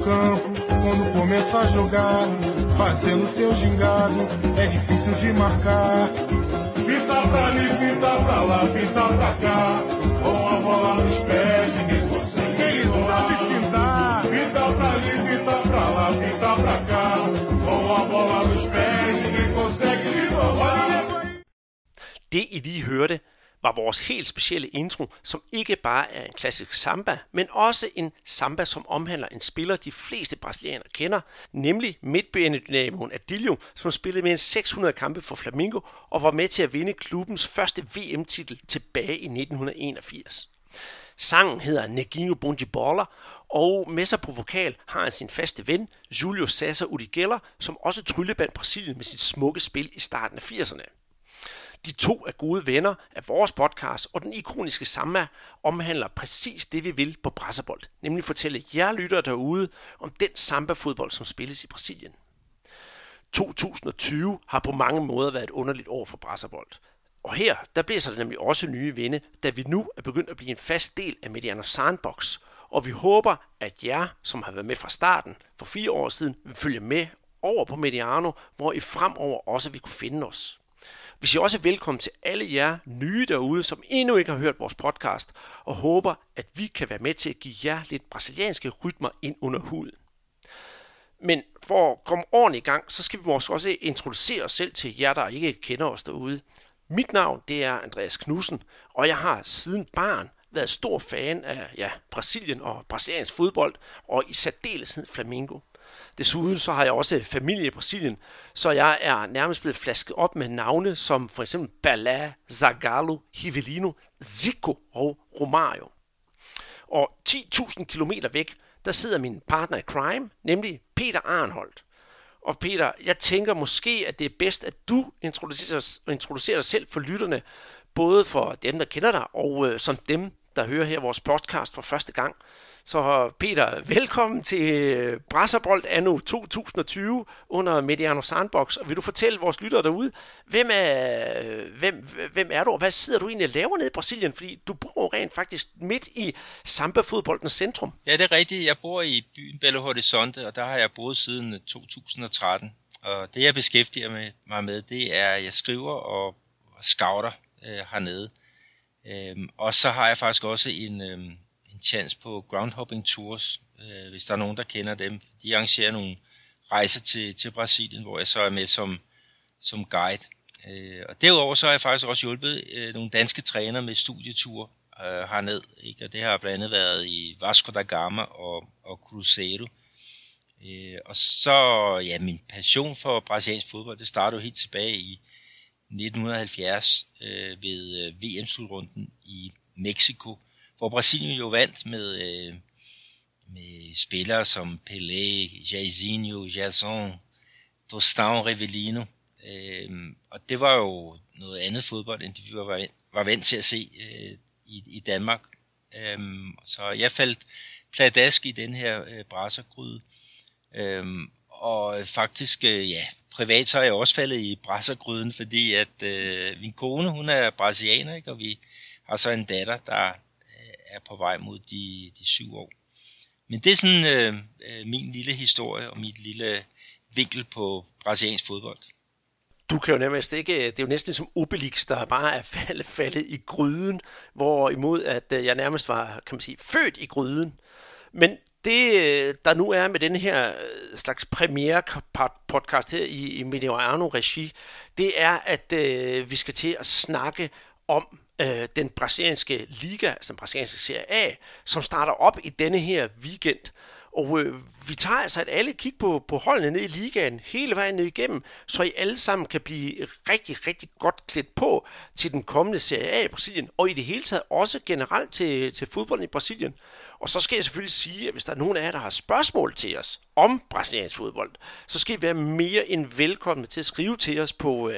campo, quando começa a jogar, fazendo seu gingado, é difícil de marcar. Fita pra ali, fita pra lá, fita pra cá, com a bola nos pés, ninguém consegue. Ele sabe fintar. Fita pra ali, fita pra lá, fita pra cá, com a bola nos pés, ninguém consegue lhe roubar. Det I lige hørte var vores helt specielle intro, som ikke bare er en klassisk samba, men også en samba, som omhandler en spiller, de fleste brasilianere kender, nemlig midtbanedynamoen Adilho, som spillede mere end 600 kampe for Flamengo og var med til at vinde klubbens første VM-titel tilbage i 1981. Sangen hedder Neguinho Bom de Bola, og med sig på vokal har han sin faste ven, Julio César Urigeller, som også tryllebandt Brasilien med sit smukke spil i starten af 80'erne. De to er gode venner af vores podcast, og den ikoniske samba omhandler præcis det, vi vil på Brasserbold, nemlig fortælle jer lyttere derude om den samba-fodbold, som spilles i Brasilien. 2020 har på mange måder været et underligt år for Brasserbold. Og her, der bliver så nemlig også nye vinde, da vi nu er begyndt at blive en fast del af Mediano Sandbox, og vi håber, at jer, som har været med fra starten for 4 år siden, vil følge med over på Mediano, hvor I fremover også vil kunne finde os. Vi siger også velkommen til alle jer nye derude, som endnu ikke har hørt vores podcast, og håber, at vi kan være med til at give jer lidt brasilianske rytmer ind under huden. Men for at komme ordentligt i gang, så skal vi måske også introducere os selv til jer, der ikke kender os derude. Mit navn, det er Andreas Knudsen, og jeg har siden barn været stor fan af Brasilien og brasiliansk fodbold, og i særdeleshed Flamengo. Desuden så har jeg også familie i Brasilien, så jeg er nærmest blevet flasket op med navne som for eksempel Pelé, Zagallo, Rivelino, Zico og Romario. Og 10.000 kilometer væk, der sidder min partner i crime, nemlig Peter Arnholdt. Og Peter, jeg tænker måske, at det er bedst, at du introducerer dig selv for lytterne, både for dem, der kender dig, og som dem, der hører her vores podcast for første gang. Så Peter, velkommen til Brasserbold anno 2020 under Mediano Sandbox. Og vil du fortælle vores lyttere derude, hvem er du, og hvad sidder du egentlig og laver nede i Brasilien? Fordi du bor rent faktisk midt i samba-fodboldens centrum. Ja, det er rigtigt. Jeg bor i byen Belo Horizonte, og der har jeg boet siden 2013. Og det, jeg beskæftiger mig med, det er, at jeg skriver og scouter hernede. Og så har jeg faktisk også en chance på groundhopping tours, hvis der er nogen, der kender dem. De arrangerer nogle rejser til Brasilien, hvor jeg så er med som guide. Og derudover så har jeg faktisk også hjulpet nogle danske trænere med studieture herned. Ikke? Og det har blandt andet været i Vasco da Gama og Cruzeiro. Og så, ja, min passion for brasiliansk fodbold, det startede jo helt tilbage i 1970 ved VM-slutrunden i Mexico, hvor Brasilien jo vandt med spillere som Pelé, Jairzinho, Gerson, Tostão, Rivelino. Og det var jo noget andet fodbold, end det vi var vant til at se i Danmark. Så jeg faldt pladask i den her brassergryde. Og faktisk, privat så er jeg også faldet i brassergryden, fordi at min kone, hun er brasilianer, ikke? Og vi har så en datter, der er på vej mod de 7 år. Men det er sådan min lille historie og mit lille vinkel på brasiliansk fodbold. Du kan jo nærmest ikke, det er jo næsten som Obelix, der bare er faldet i gryden, hvorimod at jeg nærmest var, kan man sige, født i gryden. Men det, der nu er med den her slags premiere podcast her i Mediano Regi, det er, at vi skal til at snakke om den brasilianske liga, altså den brasilianske Serie A, som starter op i denne her weekend. Og vi tager altså et alle kig på holdene ned i ligaen hele vejen ned igennem, så I alle sammen kan blive rigtig, rigtig godt klædt på til den kommende Serie A i Brasilien, og i det hele taget også generelt til fodbolden i Brasilien. Og så skal jeg selvfølgelig sige, at hvis der er nogen af jer, der har spørgsmål til os om brasiliansk fodbold, så skal I være mere end velkomne til at skrive til os på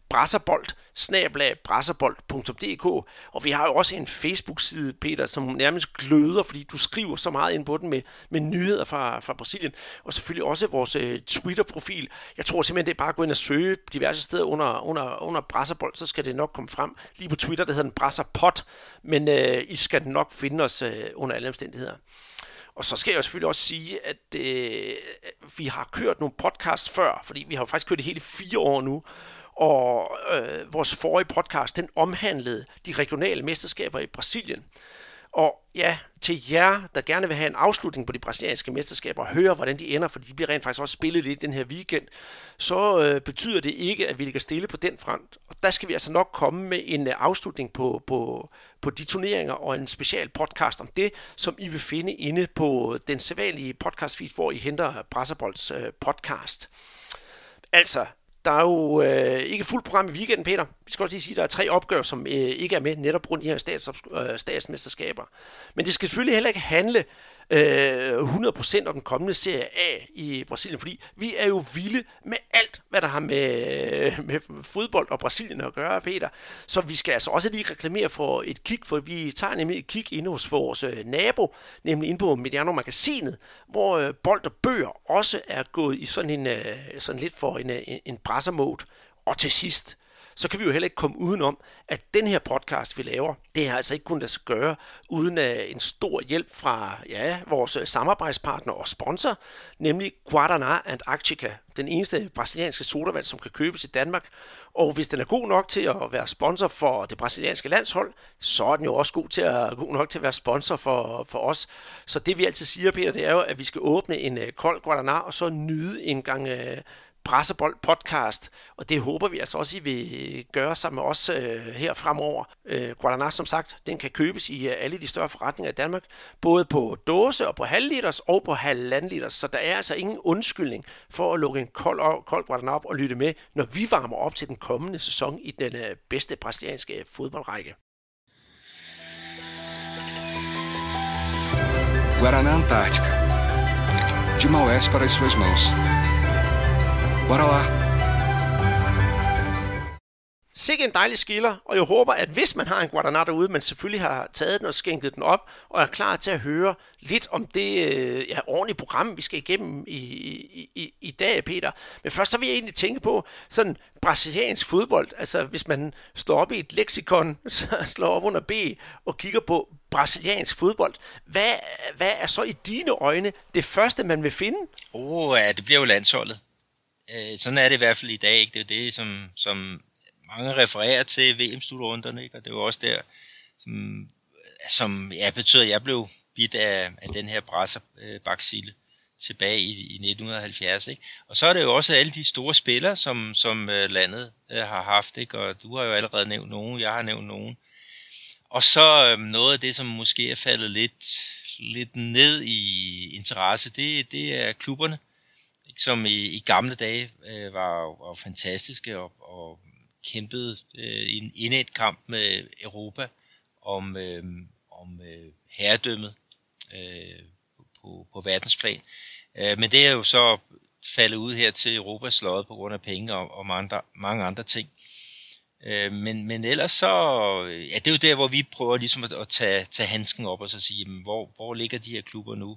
brasserbold@brasserbold.dk. Og vi har jo også en Facebook-side, Peter, som nærmest gløder, fordi du skriver så meget ind på den med nyheder fra Brasilien. Og selvfølgelig også vores Twitter-profil. Jeg tror simpelthen, det er bare at gå ind og søge diverse steder under Brasserbold, så skal det nok komme frem. Lige på Twitter, der hedder den Brasserpod, men I skal nok finde os under alle omstændigheder. Og så skal jeg selvfølgelig også sige, at vi har kørt nogle podcast før, fordi vi har faktisk kørt det hele 4 år nu, og vores forrige podcast, den omhandlede de regionale mesterskaber i Brasilien. Og ja, til jer, der gerne vil have en afslutning på de brasilianske mesterskaber og høre, hvordan de ender, fordi de bliver rent faktisk også spillet lidt den her weekend, så betyder det ikke, at vi ligger stille på den front. Og der skal vi altså nok komme med en afslutning på de turneringer og en special podcast om det, som I vil finde inde på den sædvanlige podcast feed, hvor I henter Brasserbolds podcast. Altså, der er jo ikke fuldt program i weekenden, Peter. Vi skal også lige sige, at der er 3 opgør, som ikke er med netop på de her statsmesterskaber. Men det skal selvfølgelig heller ikke handle 100% om den kommende Serie A i Brasilien, fordi vi er jo vilde med alt, hvad der har med fodbold og Brasilien at gøre, Peter. Så vi skal altså også lige reklamere for et kig, for vi tager nemlig et kig inde hos vores nabo, nemlig inde på Mediano-magasinet, hvor bold og bøger også er gået i sådan lidt for en brassermode. Og til sidst, så kan vi jo heller ikke komme udenom, at den her podcast, vi laver, det har altså ikke kunnet lade sig gøre uden en stor hjælp fra vores samarbejdspartner og sponsor, nemlig Guaraná Antarctica, den eneste brasilianske sodavand, som kan købes i Danmark. Og hvis den er god nok til at være sponsor for det brasilianske landshold, så er den jo også god nok til at være sponsor for os. Så det vi altid siger, Peter, det er jo, at vi skal åbne en kold Guaraná og så nyde en gang Brasserbold podcast, og det håber vi altså også, I vil gøre sammen med os her fremover. Guaraná, som sagt, den kan købes i alle de større forretninger i Danmark, både på dåse og på halvliters og på 1,5 liters, så der er altså ingen undskyldning for at lukke en kold Guaraná op og lytte med, når vi varmer op til den kommende sæson i den bedste brasilianske fodboldrække. Guaraná Antártica. De Maués para as suas mãos. Bora lá. Sikke en dejlig skiller, og jeg håber, at hvis man har en Guaraná derude, man selvfølgelig har taget den og skænket den op, og er klar til at høre lidt om det ordentlige program, vi skal igennem i dag, Peter. Men først så vil jeg egentlig tænke på sådan brasiliansk fodbold. Altså hvis man står op i et leksikon, slår op under B og kigger på brasiliansk fodbold. Hvad er så i dine øjne det første, man vil finde? Det bliver jo landsholdet. Sådan er det i hvert fald i dag, ikke? Det er jo det, som mange refererer til VM-slutrunderne, ikke? Og det er jo også der, som betyder, at jeg blev bidt af den her brasserbacille tilbage i 1970, ikke? Og så er det jo også alle de store spillere, som landet har haft, ikke? Og du har jo allerede nævnt nogen, jeg har nævnt nogen. Og så noget af det, som måske er faldet lidt ned i interesse, det er klubberne, som i gamle dage var fantastiske og kæmpede i en kamp med Europa om herredømmet på verdensplan. Men det er jo så faldet ud her til Europas lod på grund af penge og mange andre ting. Men ellers så, det er jo der, hvor vi prøver ligesom at tage handsken op og så sige, jamen, hvor ligger de her klubber nu?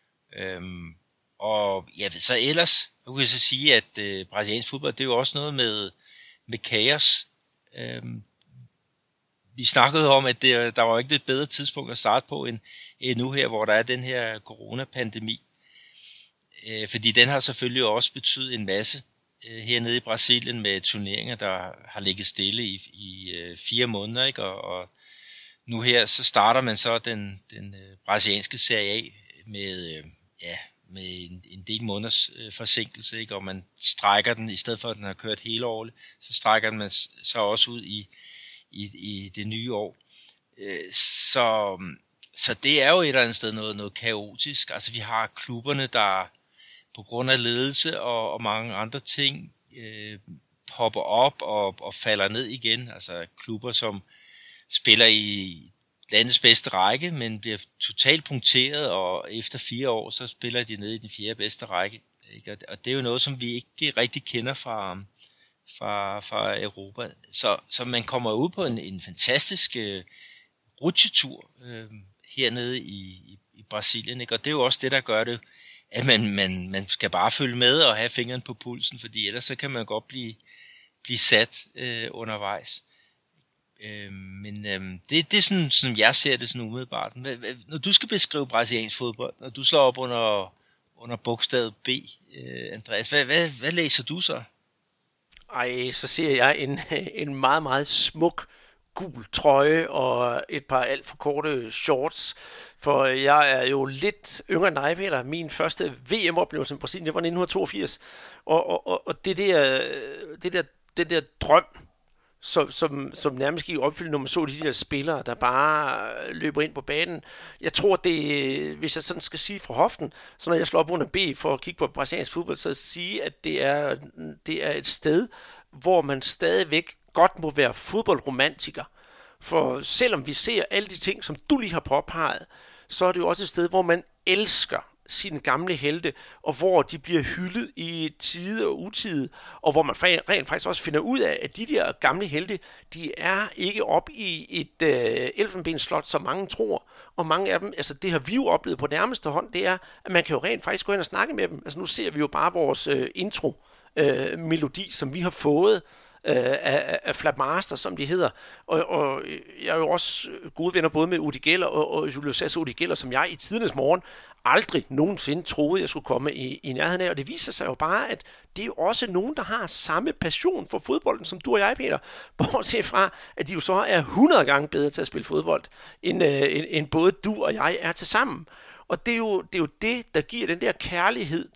Og så ellers, jeg kan så sige, at brasiliansk fodbold, det er jo også noget med kaos. Vi snakkede om, at der var ikke et bedre tidspunkt at starte på end nu her, hvor der er den her coronapandemi. Fordi den har selvfølgelig også betydet en masse hernede i Brasilien med turneringer, der har ligget stille i 4 måneder, ikke? Og nu her så starter man så den brasilianske Serie A med en del måneders forsinkelse, ikke? Og man strækker den, i stedet for at den har kørt hele året, så strækker man så også ud i det nye år. Så det er jo et eller andet sted noget kaotisk. Altså vi har klubberne, der på grund af ledelse og mange andre ting popper op og falder ned igen. Altså klubber, som spiller i landets bedste række, men bliver totalt punkteret, og efter 4 år, så spiller de ned i den 4. bedste række. Ikke? Og det er jo noget, som vi ikke rigtig kender fra Europa. Så man kommer ud på en fantastisk rutsjetur hernede i Brasilien. Ikke? Og det er jo også det, der gør det, at man skal bare følge med og have fingeren på pulsen, fordi ellers så kan man godt blive sat undervejs. Det er sådan, som jeg ser det sådan umiddelbart. Når du skal beskrive brasiliansk fodbold, når du slår op under bogstavet B, Andreas, hvad læser du så? Så ser jeg en meget, meget smuk gul trøje og et par alt for korte shorts. For jeg er jo lidt yngre end dig, Peter. Min første VM-oplevelse i Brasilien, det var 1982. Og det der drøm, som nærmest gik opfyldt, når man så de der spillere, der bare løber ind på banen. Jeg tror, det, hvis jeg sådan skal sige fra hoften, så når jeg slår op under B for at kigge på brasiliansk fodbold, så sige, at det er et sted, hvor man stadigvæk godt må være fodboldromantiker. For selvom vi ser alle de ting, som du lige har påpeget, så er det jo også et sted, hvor man elsker sine gamle helte, og hvor de bliver hyldet i tide og utide, og hvor man rent faktisk også finder ud af, at de der gamle helte, de er ikke op i et elfenbensslot, som mange tror, og mange af dem, altså det har vi jo oplevet på nærmeste hånd, det er, at man kan jo rent faktisk gå ind og snakke med dem. Altså nu ser vi jo bare vores intro-melodi, som vi har fået af Flap Master, som de hedder. Og jeg er jo også gode venner både med Udi Geller og Julio César Udi Geller, som jeg i tidernes morgen aldrig nogensinde troede, jeg skulle komme i nærheden af. Og det viser sig jo bare, at det er jo også nogen, der har samme passion for fodbolden, som du og jeg, Peter. Bortset fra, at de jo så er 100 gange bedre til at spille fodbold, end både du og jeg er til sammen. Og det er jo det, der giver den der kærlighed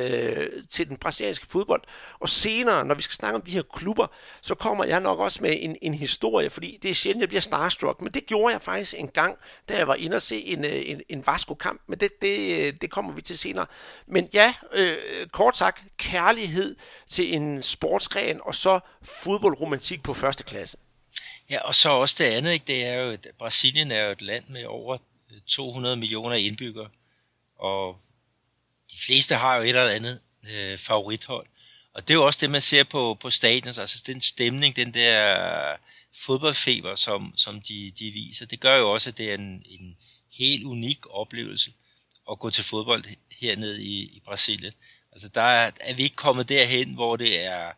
til den brasilianske fodbold. Og senere, når vi skal snakke om de her klubber, så kommer jeg nok også med en historie, fordi det er sjældent, jeg bliver starstruck. Men det gjorde jeg faktisk en gang, da jeg var inde og se en Vasco-kamp. Men det kommer vi til senere. Men ja, kort sagt, kærlighed til en sportsgren, og så fodboldromantik på første klasse. Ja, og så også det andet, ikke? Det er jo, at Brasilien er jo et land med over 200 millioner indbyggere, og de fleste har jo et eller andet favorithold. Og det er jo også det, man ser på stadion, altså den stemning, den der fodboldfeber, som de viser. Det gør jo også, at det er en helt unik oplevelse at gå til fodbold hernede i Brasilien. Altså der er vi ikke kommet derhen, hvor det er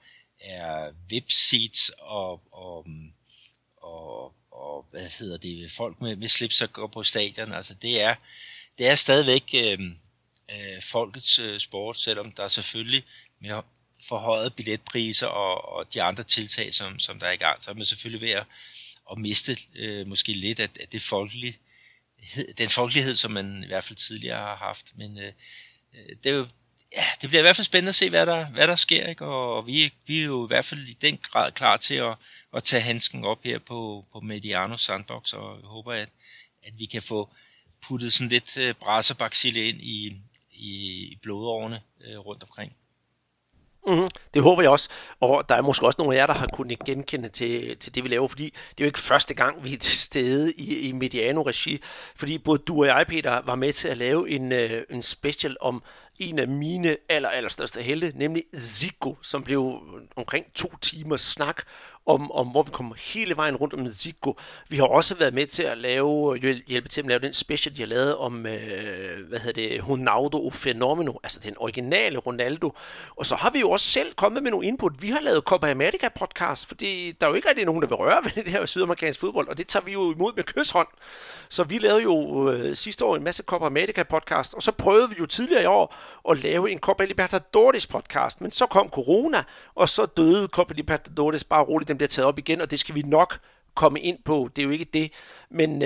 VIP-seats og hvad hedder det, folk med slips og går på stadion. Altså det er stadigvæk folkets sport, selvom der er selvfølgelig med forhøjede billetpriser og de andre tiltag, som der er i gang. Så er man selvfølgelig ved at miste måske lidt af den folkelighed, som man i hvert fald tidligere har haft. Men det er jo, ja, det bliver i hvert fald spændende at se, hvad der sker, ikke? Og vi er jo i hvert fald i den grad klar til at tage handsken op her på Mediano Sandbox, og jeg håber, at vi kan få puttet sådan lidt brasserbacille ind i blodårene rundt omkring. Det håber jeg også, og der er måske også nogle af jer, der har kunnet genkende til det, vi laver, fordi det er jo ikke første gang, vi er til stede i Mediano-regi, fordi både du og jeg, Peter, var med til at lave en special om en af mine allerstørste helte, nemlig Zico, som blev omkring 2 timers snak om hvor vi kommer hele vejen rundt om Zico. Vi har også været med til at hjælpe til at lave den special, de har lavet om, Ronaldo og Fenomeno, altså den originale Ronaldo. Og så har vi jo også selv kommet med nogle input. Vi har lavet Copa America podcast, fordi der er jo ikke rigtig nogen, der vil røre ved det her sydamerikansk fodbold, og det tager vi jo imod med kysshånd. Så vi lavede jo sidste år en masse Copa America podcast, og så prøvede vi jo tidligere i år at lave en Copa Libertadores podcast, men så kom corona, og så døde Copa Libertadores bare roligt. Den bliver taget op igen, og det skal vi nok komme ind på. Det er jo ikke det, men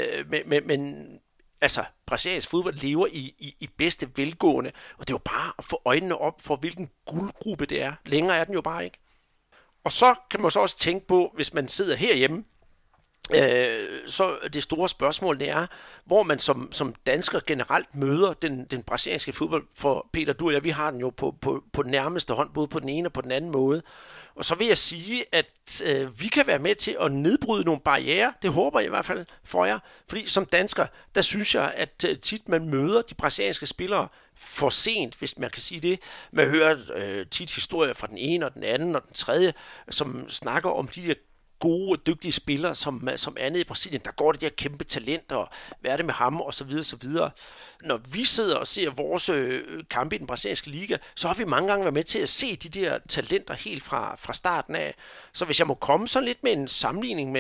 altså, brasiliansk fodbold lever i bedste velgående, og det er jo bare at få øjnene op for, hvilken guldgruppe det er. Længere er den jo bare ikke. Og så kan man så også tænke på, hvis man sidder herhjemme, så det store spørgsmål det er, hvor man som dansker generelt møder den brasilianske fodbold. For Peter, du og jeg, vi har den jo på den nærmeste hånd, både på den ene og på den anden måde. Og så vil jeg sige, at vi kan være med til at nedbryde nogle barrierer. Det håber jeg i hvert fald for jer. Fordi som dansker, der synes jeg, at tit man møder de brasilianske spillere for sent, hvis man kan sige det. Man hører tit historier fra den ene og den anden og den tredje, som snakker om de der gode, dygtige spillere, som er nede i Brasilien, der går det de her kæmpe talenter, og hvad er det med ham, og så videre, så videre. Når vi sidder og ser vores kampe i den brasilianske liga, så har vi mange gange været med til at se de der talenter helt fra starten af. Så hvis jeg må komme så lidt med en sammenligning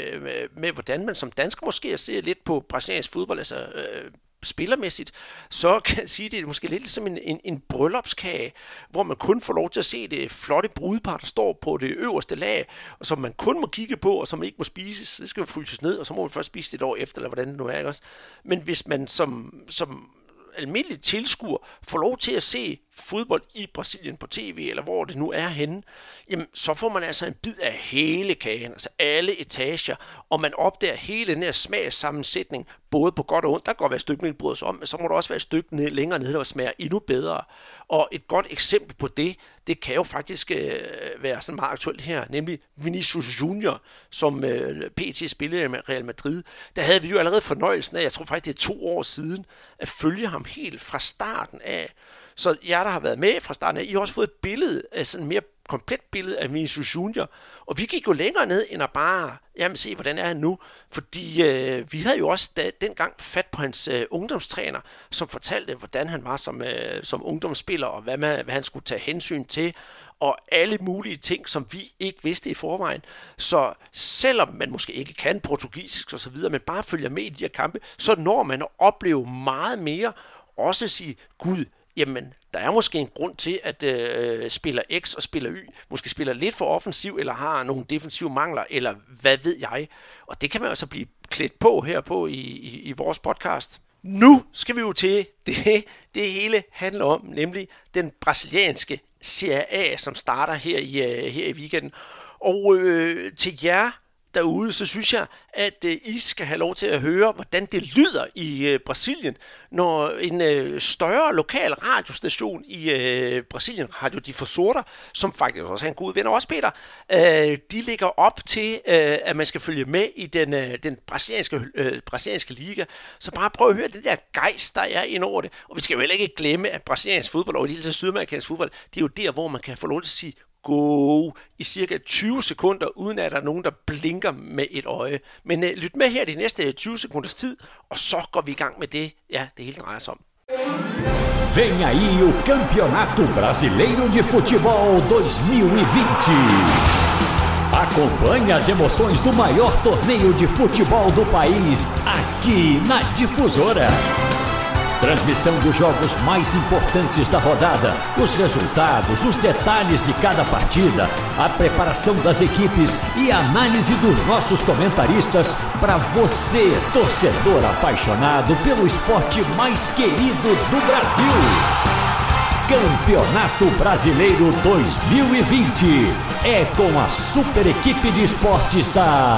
med hvordan man som dansker måske ser lidt på brasiliansk fodbold, altså spillermæssigt, så kan jeg sige, at det er måske lidt som en bryllupskage, hvor man kun får lov til at se det flotte brudepar, der står på det øverste lag, og som man kun må kigge på, og som man ikke må spises. Det skal jo fryses ned, og så må man først spise det et år efter, eller hvordan det nu er, ikke også? Men hvis man som almindelig tilskuer får lov til at se fodbold i Brasilien på tv, eller hvor det nu er henne, jamen, så får man altså en bid af hele kagen, altså alle etager, og man opdager hele den her smagssammensætning, både på godt og ondt. Der kan godt være et stykke, man bryder sig om, men så må der også være et stykke længere nede, der smager endnu bedre. Og et godt eksempel på det kan jo faktisk være sådan meget aktuelt her, nemlig Vinicius Junior, som PT spillede med Real Madrid. Der havde vi jo allerede fornøjelsen af, jeg tror faktisk det er 2 år siden, at følge ham helt fra starten af. Så jer, der har været med fra starten af, I har også fået et billede, sådan mere komplet billede af Vinicius Junior. Og vi gik jo længere ned, end at bare se, hvordan er han nu. Fordi vi havde jo også dengang fat på hans ungdomstræner, som fortalte, hvordan han var som ungdomsspiller, og hvad han skulle tage hensyn til, og alle mulige ting, som vi ikke vidste i forvejen. Så selvom man måske ikke kan portugisisk og så videre, men bare følger med i de her kampe, så når man at opleve meget mere, også at sige, gud, jamen, der er måske en grund til, at spiller X og spiller Y måske spiller lidt for offensiv, eller har nogle defensive mangler, eller hvad ved jeg. Og det kan man altså blive klædt på her på i vores podcast. Nu skal vi jo til det hele handler om, nemlig den brasilianske Serie A, som starter her i weekenden. Og til jer derude, så synes jeg, at I skal have lov til at høre, hvordan det lyder i Brasilien, når en større lokal radiostation i Brasilien, Radio Difusora, som faktisk også er en god ven af os, Peter, de ligger op til, at man skal følge med i den brasilianske liga. Så bare prøv at høre det der gejst, der er ind over det. Og vi skal jo heller ikke glemme, at brasiliansk fodbold og det hele til sydamerikansk fodbold, det er jo der, hvor man kan få lov til at sige go i cirka 20 sekunder, uden at der er nogen, der blinker med et øje. Men lyt med her de næste 20 sekunders tid, og så går vi i gang med det hele drejer sig om. Vem aí o Campeonato Brasileiro de Futebol 2020. Acompanhe as emoções do maior torneio de futebol do país, aqui na Difusora. Transmissão dos jogos mais importantes da rodada, os resultados, os detalhes de cada partida, a preparação das equipes e a análise dos nossos comentaristas para você, torcedor apaixonado pelo esporte mais querido do Brasil. Campeonato Brasileiro 2020 é com a super equipe de esportes da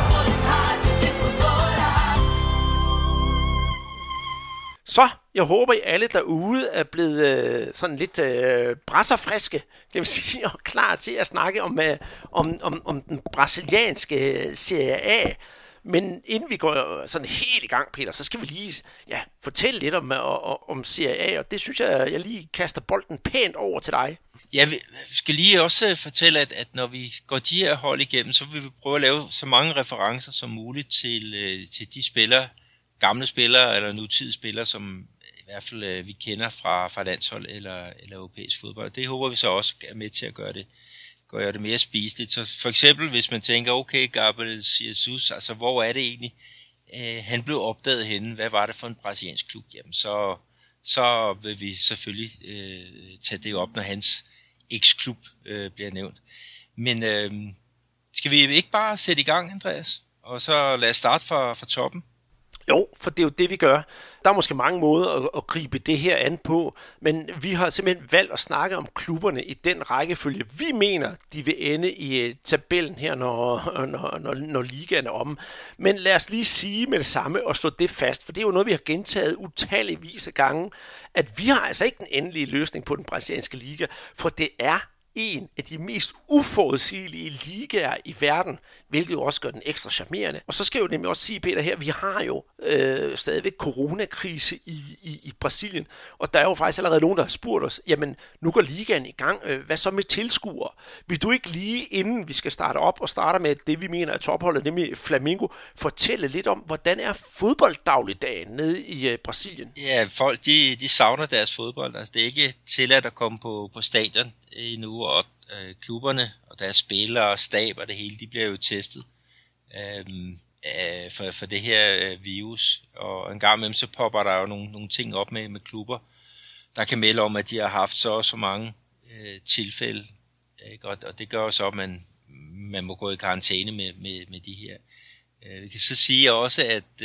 Så, jeg håber, I alle derude er blevet sådan lidt brasserfriske, kan vi sige, og klar til at snakke om den brasilianske Serie A. Men inden vi går sådan helt i gang, Peter, så skal vi lige fortælle lidt om Serie A, og det synes jeg lige kaster bolden pænt over til dig. Ja, vi skal lige også fortælle, at når vi går de her hold igennem, så vil vi prøve at lave så mange referencer som muligt til de spillere, gamle spillere eller nutidige spillere, som i hvert fald vi kender fra landshold eller europæisk fodbold. Det håber vi så også er med til at gøre det mere spiseligt. Så for eksempel, hvis man tænker, okay, Gabriel Jesus, altså hvor er det egentlig, han blev opdaget henne, hvad var det for en brasiliansk klub? Jamen, så vil vi selvfølgelig tage det op, når hans eks-klub bliver nævnt. Men skal vi ikke bare sætte i gang, Andreas? Og så lad os starte fra toppen. Jo, for det er jo det, vi gør. Der er måske mange måder at gribe det her an på, men vi har simpelthen valgt at snakke om klubberne i den rækkefølge, vi mener, de vil ende i tabellen her, når ligaen er om. Men lad os lige sige med det samme og slå det fast, for det er jo noget, vi har gentaget utalligvis af gange, at vi har altså ikke den endelige løsning på den brasilianske liga, for det er en af de mest uforudsigelige ligaer i verden, hvilket jo også gør den ekstra charmerende. Og så skal jeg jo nemlig også sige, Peter, her, vi har jo stadigvæk coronakrise i Brasilien, og der er jo faktisk allerede nogen, der har spurgt os, jamen nu går ligaen i gang, hvad så med tilskuere? Vil du ikke lige, inden vi skal starte op og starte med det, vi mener er topholdet, nemlig Flamengo, fortælle lidt om, hvordan er fodbolddagligdagen nede i Brasilien? Ja, folk de savner deres fodbold. Altså, det er ikke tilladt at komme på stadion endnu, og klubberne og deres spillere og stab og det hele, de bliver jo testet for det her virus. Og en gang imellem så popper der jo nogle ting op med klubber, der kan melde om, at de har haft så mange tilfælde. Ikke? Og det gør så, at man må gå i karantæne med de her. Vi kan så sige også,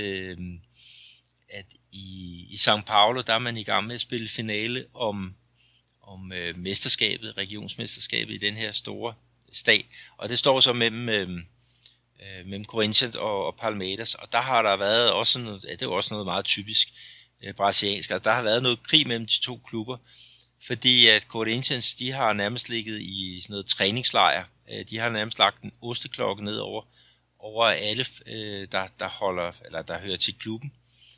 at i São Paulo, der er man i gang med at spille finale om mesterskabet, regionsmesterskabet i den her store stat. Og det står så mellem Corinthians og Palmeiras, og der har der været også noget, det er jo også noget meget typisk brasiliansk, altså der har været noget krig mellem de to klubber, fordi at Corinthians, de har nærmest ligget i sådan noget træningslejr. De har nærmest lagt en osteklokke ned over alle, der hører til klubben.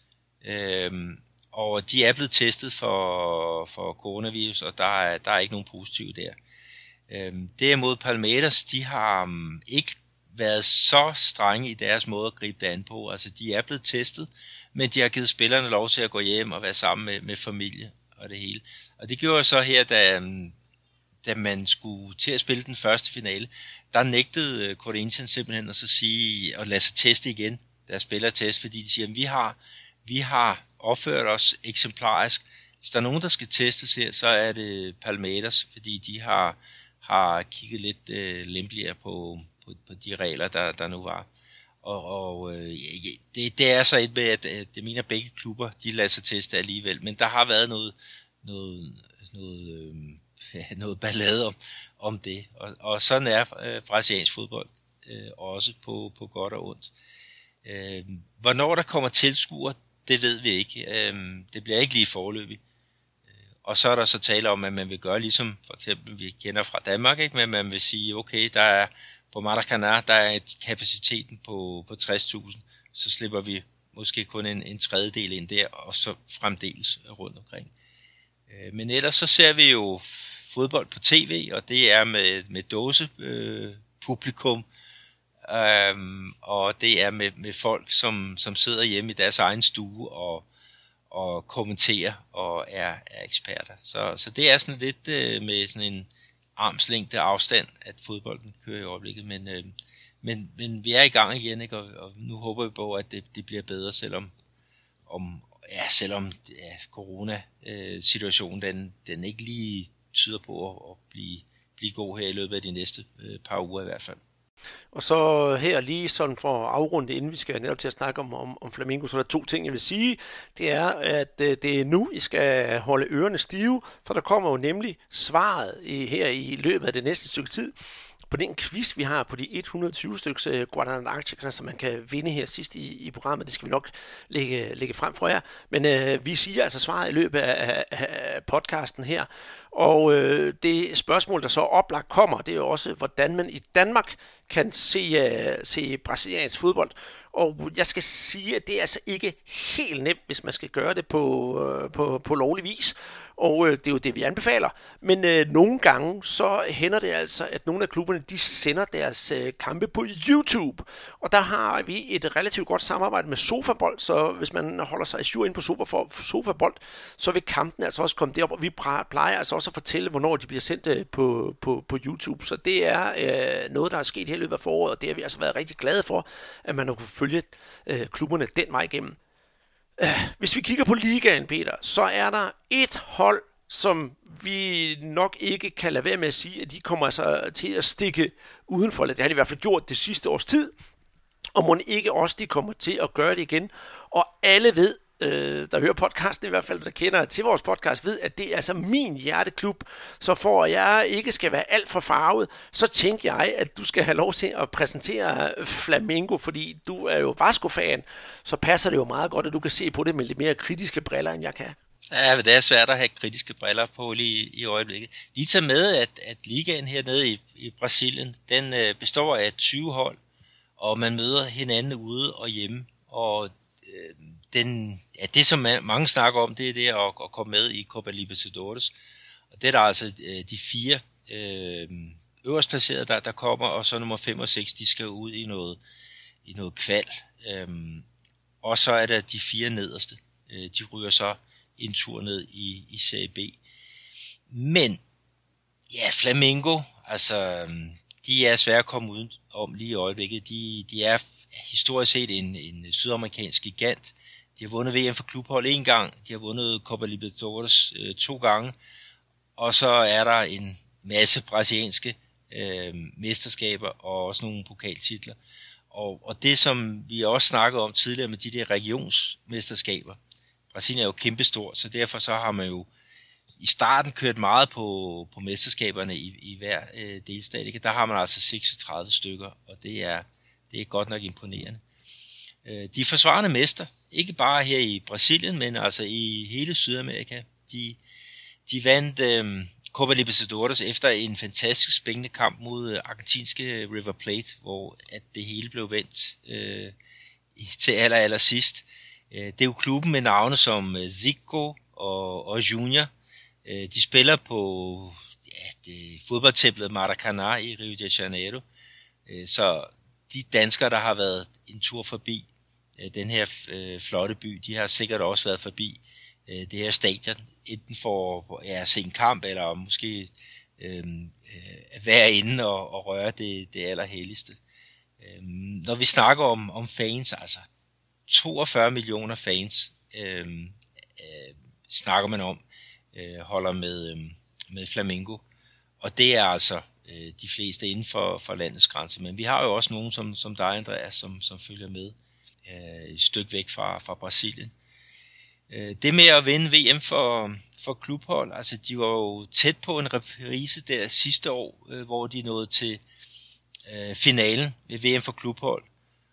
Og de er blevet testet for coronavirus, og der er ikke nogen positive der. Derimod Palmeiras, de har ikke været så strenge i deres måde at gribe det an på. Altså de er blevet testet, men de har givet spillerne lov til at gå hjem og være sammen med familie og det hele. Og det gjorde så her, da man skulle til at spille den første finale, der nægtede Corinthians simpelthen at så sige at lade sig teste igen, deres spillertest, fordi de siger, at vi har opført os eksemplarisk. Hvis der er nogen, der skal testes her, så er det Palmeiras, fordi de har kigget lidt lempeligere på de regler, der nu var. Og det er så et med, at det mener begge klubber, de lader sig teste alligevel, men der har været noget ballade om det. Og sådan er brasiliansk fodbold også på godt og ondt. Hvornår der kommer tilskuere, det ved vi ikke. Det bliver ikke lige foreløbigt. Og så er der så tale om, at man vil gøre ligesom for eksempel vi kender fra Danmark, ikke? Men man vil sige, okay, der er på Maracanã, der er kapaciteten på 60.000, så slipper vi måske kun en tredjedel ind der, og så fremdeles rundt omkring. Men ellers så ser vi jo fodbold på tv, og det er med dåse publikum, og det er med folk, som sidder hjemme i deres egen stue og kommenterer og er eksperter. Så det er sådan lidt med sådan en armslængde afstand, at fodbolden kører i øjeblikket, men vi er i gang igen, ikke? Og nu håber vi på, at det bliver bedre, selvom corona-situationen den ikke lige tyder på at blive god her i løbet af de næste par uger i hvert fald. Og så her lige sådan for at afrunde, inden vi skal netop til at snakke om Flamengo, så er der 2 ting, jeg vil sige. Det er, at det er nu, I skal holde ørerne stive, for der kommer jo nemlig svaret her i løbet af det næste stykke tid på den quiz, vi har på de 120 styks Guadalajara, som man kan vinde her sidst i programmet. Det skal vi nok lægge frem for jer. Men vi siger altså svaret i løbet af podcasten her. Og det spørgsmål, der så oplagt kommer, det er jo også, hvordan man i Danmark kan se brasiliansk fodbold. Og jeg skal sige, at det er altså ikke helt nemt, hvis man skal gøre det på lovlig vis. Og det er jo det, vi anbefaler. Men nogle gange, så hænder det altså, at nogle af klubberne, de sender deres kampe på YouTube. Og der har vi et relativt godt samarbejde med Sofabold, så hvis man holder sig ajour ind på Sofabold, så vil kampen altså også komme derop. Og vi plejer altså også at fortælle, hvornår de bliver sendt på YouTube. Så det er noget, der er sket her i løbet af foråret, og det har vi altså været rigtig glade for, at man har kunne følge klubberne den vej igennem. Hvis vi kigger på ligaen, Peter, så er der et hold, som vi nok ikke kan lade være med at sige, at de kommer altså til at stikke udenfor. Det har de i hvert fald gjort det sidste års tid, og må ikke også de kommer til at gøre det igen. Og alle ved, der hører podcasten i hvert fald, der kender til vores podcast, ved, at det er altså min hjerteklub. Så for at jeg ikke skal være alt for farvet, så tænker jeg, at du skal have lov til at præsentere Flamengo, fordi du er jo Vasco-fan, så passer det jo meget godt, at du kan se på det med lidt mere kritiske briller, end jeg kan. Ja, det er svært at have kritiske briller på lige i øjeblikket. Lige tager med, at ligaen hernede i Brasilien, den består af 20 hold, og man møder hinanden ude og hjemme. Og det, som mange snakker om, det er det at komme med i Copa Libertadores. Og det er der altså de 4 øverst placerede, der kommer, og så nummer 5 og 6, de skal ud i noget kval. Og så er der de 4 nederste. De ryger så en tur ned i Serie B. Men ja, Flamengo, altså de er svære at komme uden om lige i øjeblikket. De er historisk set en sydamerikansk gigant. De har vundet VM for klubhold 1 gang, de har vundet Copa Libertadores 2 gange, og så er der en masse brasilianske mesterskaber og også nogle pokaltitler. Og det, som vi også snakkede om tidligere med de der regionsmesterskaber, Brasilien er jo kæmpestort, så derfor så har man jo i starten kørt meget på mesterskaberne i hver delstat. Ikke? Der har man altså 36 stykker, og det er godt nok imponerende. De forsvarende mester, ikke bare her i Brasilien, men altså i hele Sydamerika, de vandt Copa Libertadores efter en fantastisk spændende kamp mod argentinske River Plate, hvor at det hele blev vendt til aller sidst. Det er jo klubben med navne som Zico og Junior. De spiller på det fodboldtemplet Maracanã i Rio de Janeiro. Så de danskere, der har været en tur forbi den her flotte by, de har sikkert også været forbi det her stadion, enten for at se en kamp, eller måske at være inde og røre det allerhelligste. Når vi snakker om fans, altså 42 millioner fans snakker man om, holder med Flamengo, og det er altså de fleste inden for landets grænser, men vi har jo også nogen som dig, Andreas, som følger med et stykke væk fra Brasilien. Det med at vinde VM for klubhold, altså de var jo tæt på en reprise der sidste år, hvor de nåede til finalen ved VM for klubhold,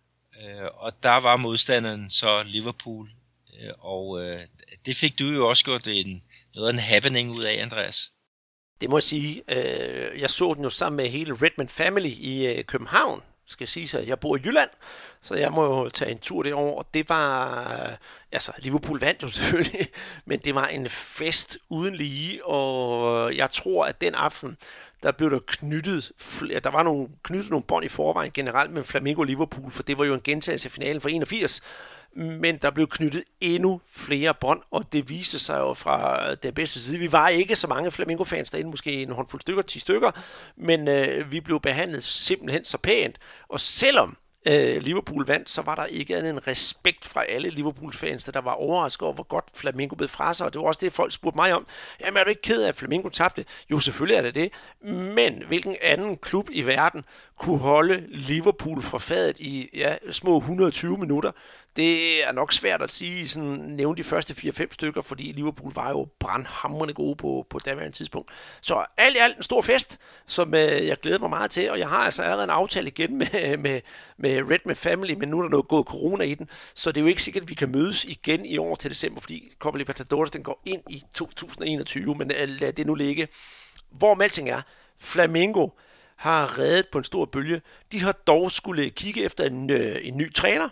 og der var modstanderen så Liverpool, og det fik du jo også gjort noget af en happening ud af, Andreas. Det må jeg sige. Jeg så den jo sammen med hele Redman Family i København. Skal sige sig, jeg bor i Jylland, så jeg må jo tage en tur derover. Det var, Liverpool vandt jo selvfølgelig, men det var en fest uden lige, og jeg tror, at den aften, der blev der knyttet nogle bånd i forvejen generelt med Flamengo og Liverpool, for det var jo en gentagelse af finalen for 81, men der blev knyttet endnu flere bånd, og det viste sig jo fra den bedste side. Vi var ikke så mange Flamengo-fans derinde, måske en håndfuld stykker, 10 stykker, men vi blev behandlet simpelthen så pænt, og selvom Liverpool vandt, så var der ikke andet en respekt fra alle Liverpool-fans, der var overrasket over, hvor godt Flamengo blev fra sig, og det var også det, folk spurgte mig om. Jamen, er du ikke ked af, at Flamengo tabte? Jo, selvfølgelig er det, men hvilken anden klub i verden kunne holde Liverpool fra fadet i små 120 minutter? Det er nok svært at sige, sådan nævne de første 4-5 stykker, fordi Liverpool var jo brandhamrende gode på daværende tidspunkt. Så alt i alt en stor fest, som jeg glæder mig meget til, og jeg har altså allerede en aftale igen med Redman Family, men nu er der gået corona i den, så det er jo ikke sikkert, at vi kan mødes igen i år til december, fordi Copa Libertadores den går ind i 2021, men lad det nu ligge. Hvor alting er, Flamengo har reddet på en stor bølge. De har dog skulle kigge efter en ny træner.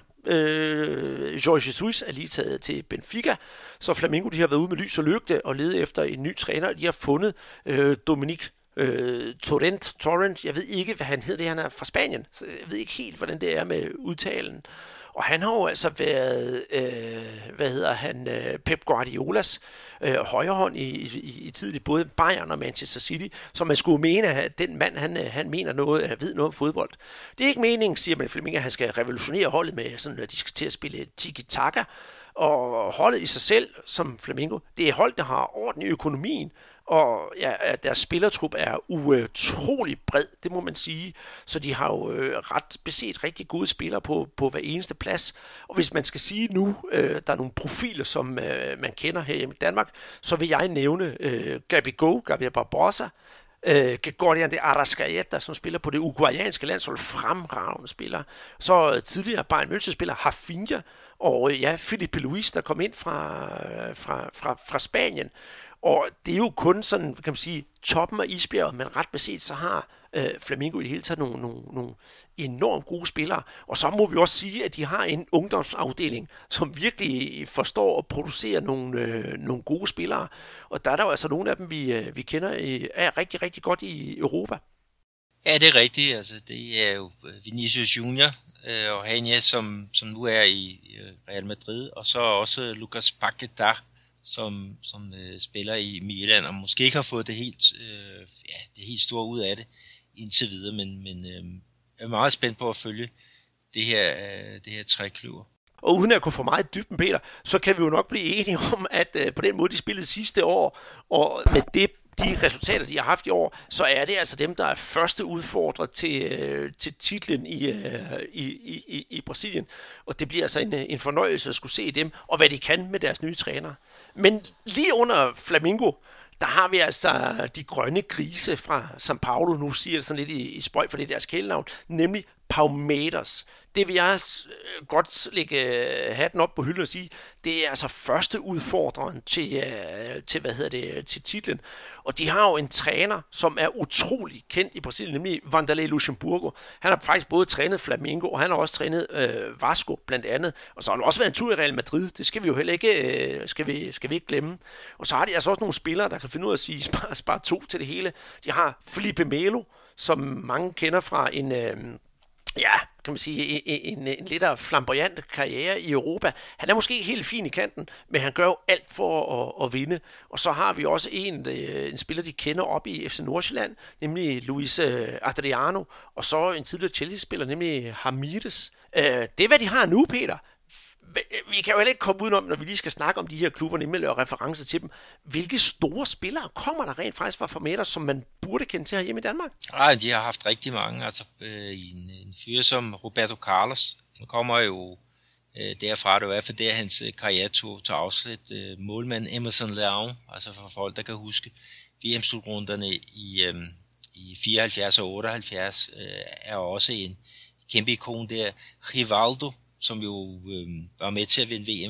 Jorge Jesus er lige taget til Benfica, så Flamengo de har været ude med lys og lygte og lede efter en ny træner. De har fundet Dominic Torrent. Jeg ved ikke, hvad han hedder. Han er fra Spanien, så jeg ved ikke helt, hvordan det er med udtalen. Og han har jo altså været, Pep Guardiolas højrehånd i tiden i både Bayern og Manchester City, som man skulle mene, at den mand, han mener noget, ved noget om fodbold. Det er ikke meningen, siger man Flamengo, at han skal revolutionere holdet med, sådan, at de skal til at spille tiki-taka, og holdet i sig selv, som Flamengo, det er hold, der har orden i økonomien, og deres spillertrup er utrolig bred, det må man sige. Så de har jo ret beset rigtig gode spillere på hver eneste plads. Og hvis man skal sige nu, der er nogle profiler, som man kender her i Danmark, så vil jeg nævne Gabriel Barbosa, Gregorian de Arrascaeta, som spiller på det uruguayanske landshold, fremragende spiller. Så tidligere Bayern München-spiller Rafinha, og Filipe Luis, der kom ind fra Spanien. Og det er jo kun sådan, kan man sige, toppen af isbjerget, men ret beset, så har Flamengo i det hele taget nogle enormt gode spillere. Og så må vi også sige, at de har en ungdomsafdeling, som virkelig forstår at producere nogle gode spillere. Og der er der jo altså nogle af dem, vi kender er rigtig, rigtig godt i Europa. Ja, det er rigtigt. Altså, det er jo Vinicius Junior og Hania, som nu er i Real Madrid, og så også Lucas Paquetá, som spiller i Milan, og måske ikke har fået det helt store ud af det indtil videre, men er meget spændt på at følge det her trækløver. Og uden at kunne få meget dybden, Peter, så kan vi jo nok blive enige om, at på den måde, de spillede sidste år, og med de resultater, de har haft i år, så er det altså dem, der er første udfordrer til titlen i Brasilien. Og det bliver altså en fornøjelse at skulle se dem, og hvad de kan med deres nye træner. Men lige under Flamengo, der har vi altså de grønne grise fra São Paulo. Nu siger det sådan lidt i spøj, for det er deres kælenavn, nemlig Palmeiras. Det vil jeg godt lægge hatten op på hylden og sige, det er altså første udfordreren til titlen. Og de har jo en træner, som er utrolig kendt i Brasilien, nemlig Vanderlei Luxemburgo. Han har faktisk både trænet Flamengo, og han har også trænet Vasco blandt andet. Og så har han også været en tur i Real Madrid. Det skal vi jo heller ikke, skal vi ikke glemme. Og så har de altså også nogle spillere, der kan finde ud af at sige spare to til det hele. De har Felipe Melo, som mange kender fra en kan man sige, en lidt flamboyant karriere i Europa. Han er måske ikke helt fin i kanten, men han gør jo alt for at vinde. Og så har vi også en spiller, de kender op i FC Nordsjælland, nemlig Luis Adriano, og så en tidligere Chelsea-spiller, nemlig Ramírez. Det er, hvad de har nu, Peter. Vi kan jo heller ikke komme udenom, når vi lige skal snakke om de her klubber, nemlig og referencer til dem. Hvilke store spillere kommer der rent faktisk fra Palmeiras, som man burde kende til hjemme i Danmark? De har haft rigtig mange. Altså en fyr som Roberto Carlos, han kommer jo derfra. Det er i hvert fald der, hans karriere tog afslut. Målmand Emerson Leão, altså for folk, der kan huske VM-slutrunderne i 74 og 78, er også en kæmpe ikon der. Rivaldo, som jo var med til at vinde VM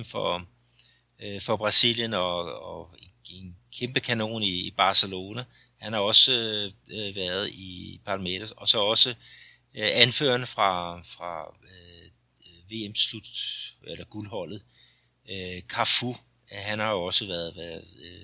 for Brasilien, og en kæmpe kanon i Barcelona. Han har også været i Palmeiras, og så også anføreren fra VM-slut, eller guldholdet, Cafu. Han har jo også været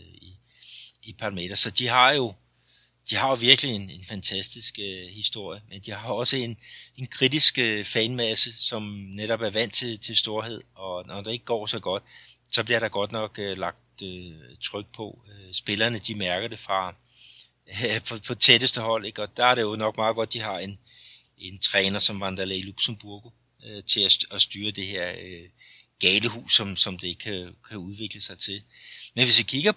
i Palmeiras, så de har jo virkelig en fantastisk historie, men de har også en kritisk fanmasse, som netop er vant til storhed, og når det ikke går så godt, så bliver der godt nok lagt tryk på. Spillerne, de mærker det fra på tætteste hold, ikke? Og der er det jo nok meget godt, de har en træner som Vanderlei Luxemburgo til at styre det her galehus, som det kan udvikle sig til. Men hvis vi kigger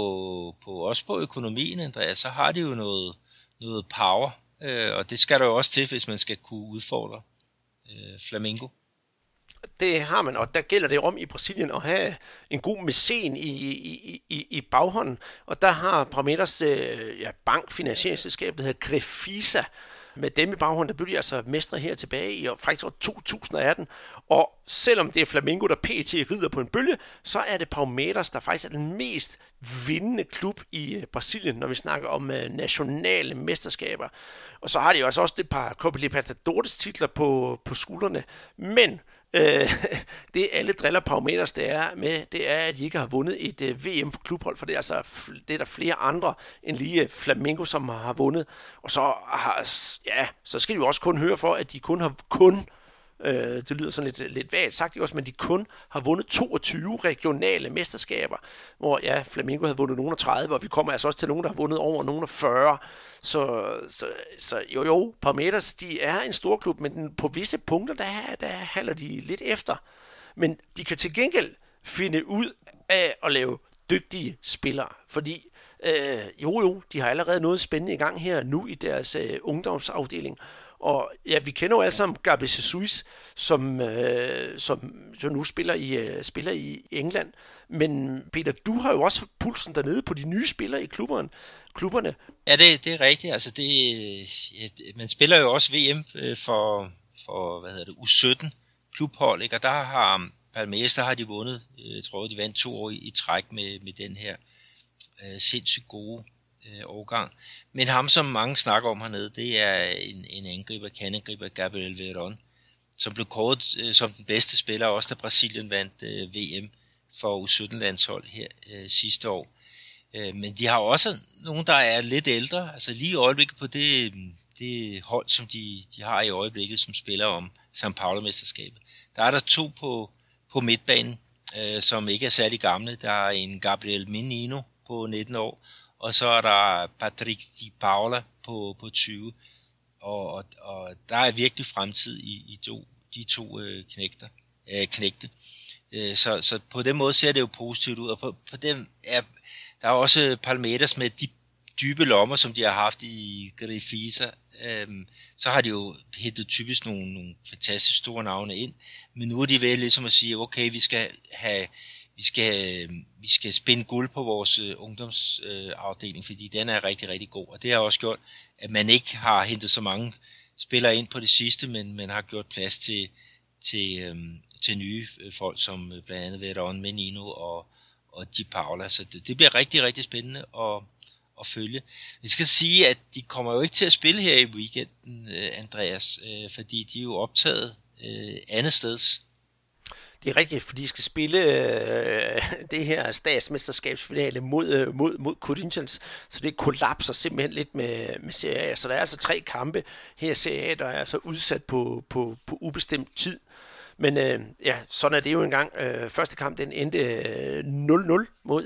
på økonomien, Andreas, så har det jo noget power, og det skal der jo også til, hvis man skal kunne udfordre Flamengo. Det har man, og der gælder det om i Brasilien at have en god mæcen i baghånden, og der har Palmeiras bankfinansieringsselskab, der hedder Crefisa. Med dem i baghånden, der blev de altså mestre her tilbage i faktisk år 2018. Og selvom det er Flamengo, der pt. Rider på en bølge, så er det Palmeiras, der faktisk er den mest vindende klub i Brasilien, når vi snakker om nationale mesterskaber. Og så har de også et par Copa Libertadores titler på skuldrene. Men det alle driller Palmeiras det er, at de ikke har vundet et VM for klubhold, for det er der flere andre end lige Flamengo, som har vundet. Og så skal de jo også kun høre for, at de det lyder sådan lidt vagt sagt, også, men de kun har vundet 22 regionale mesterskaber, hvor Flamengo havde vundet nogen af 30, og vi kommer altså også til nogen, der har vundet over nogen af 40. Så jo, Palmeiras, de er en stor klub, men på visse punkter, der halder de lidt efter. Men de kan til gengæld finde ud af at lave dygtige spillere, fordi de har allerede noget spændende i gang her nu i deres ungdomsafdeling. Og ja, vi kender jo alle sammen Gabriel Jesus, som jo nu spiller i England. Men Peter, du har jo også pulsen dernede på de nye spillere i klubberne. Ja, det er rigtigt. Altså man spiller jo også VM for U17 klubhold, ikke? Og der har Palmeiras, der har de vundet, jeg tror de vandt 2 år i træk med den her sindssygt gode årgang. Men ham, som mange snakker om hernede, det er en angriber, Gabriel Veron, som blev kåret som den bedste spiller, også da Brasilien vandt VM for U17-landshold her sidste år. Men de har også nogen, der er lidt ældre, altså lige i øjeblikket på det hold, som de har i øjeblikket, som spiller om São Paulo-mesterskabet. Der er der 2 på midtbanen, som ikke er særlig gamle. Der er en Gabriel Menino på 19 år, og så er der Patrick Di Paula på 20. Og der er virkelig fremtid i de to knægte. Så på den måde ser det jo positivt ud, og på dem der er også Palmeiras med de dybe lommer, som de har haft i Grifisa. Så har de jo hentet typisk nogle fantastisk store navne ind, men nu er de ved ligesom at sige, okay, vi skal spinde guld på vores ungdomsafdeling, fordi den er rigtig, rigtig god, og det har også gjort, at man ikke har hentet så mange spillere ind på det sidste, men man har gjort plads til nye folk, som blandt andet Veron, Menino og Di Paula, så det bliver rigtig, rigtig spændende at følge. Jeg skal sige, at de kommer jo ikke til at spille her i weekenden, Andreas, fordi de er jo optaget andet steds. Det er rigtigt, for de skal spille det her statsmesterskabsfinale mod Corinthians, så det kollapser simpelthen lidt med Serie A. Så der er altså 3 kampe her i Serie A, der er altså udsat på ubestemt tid. Men ja, sådan er det jo engang. Første kamp, den endte 0-0 mod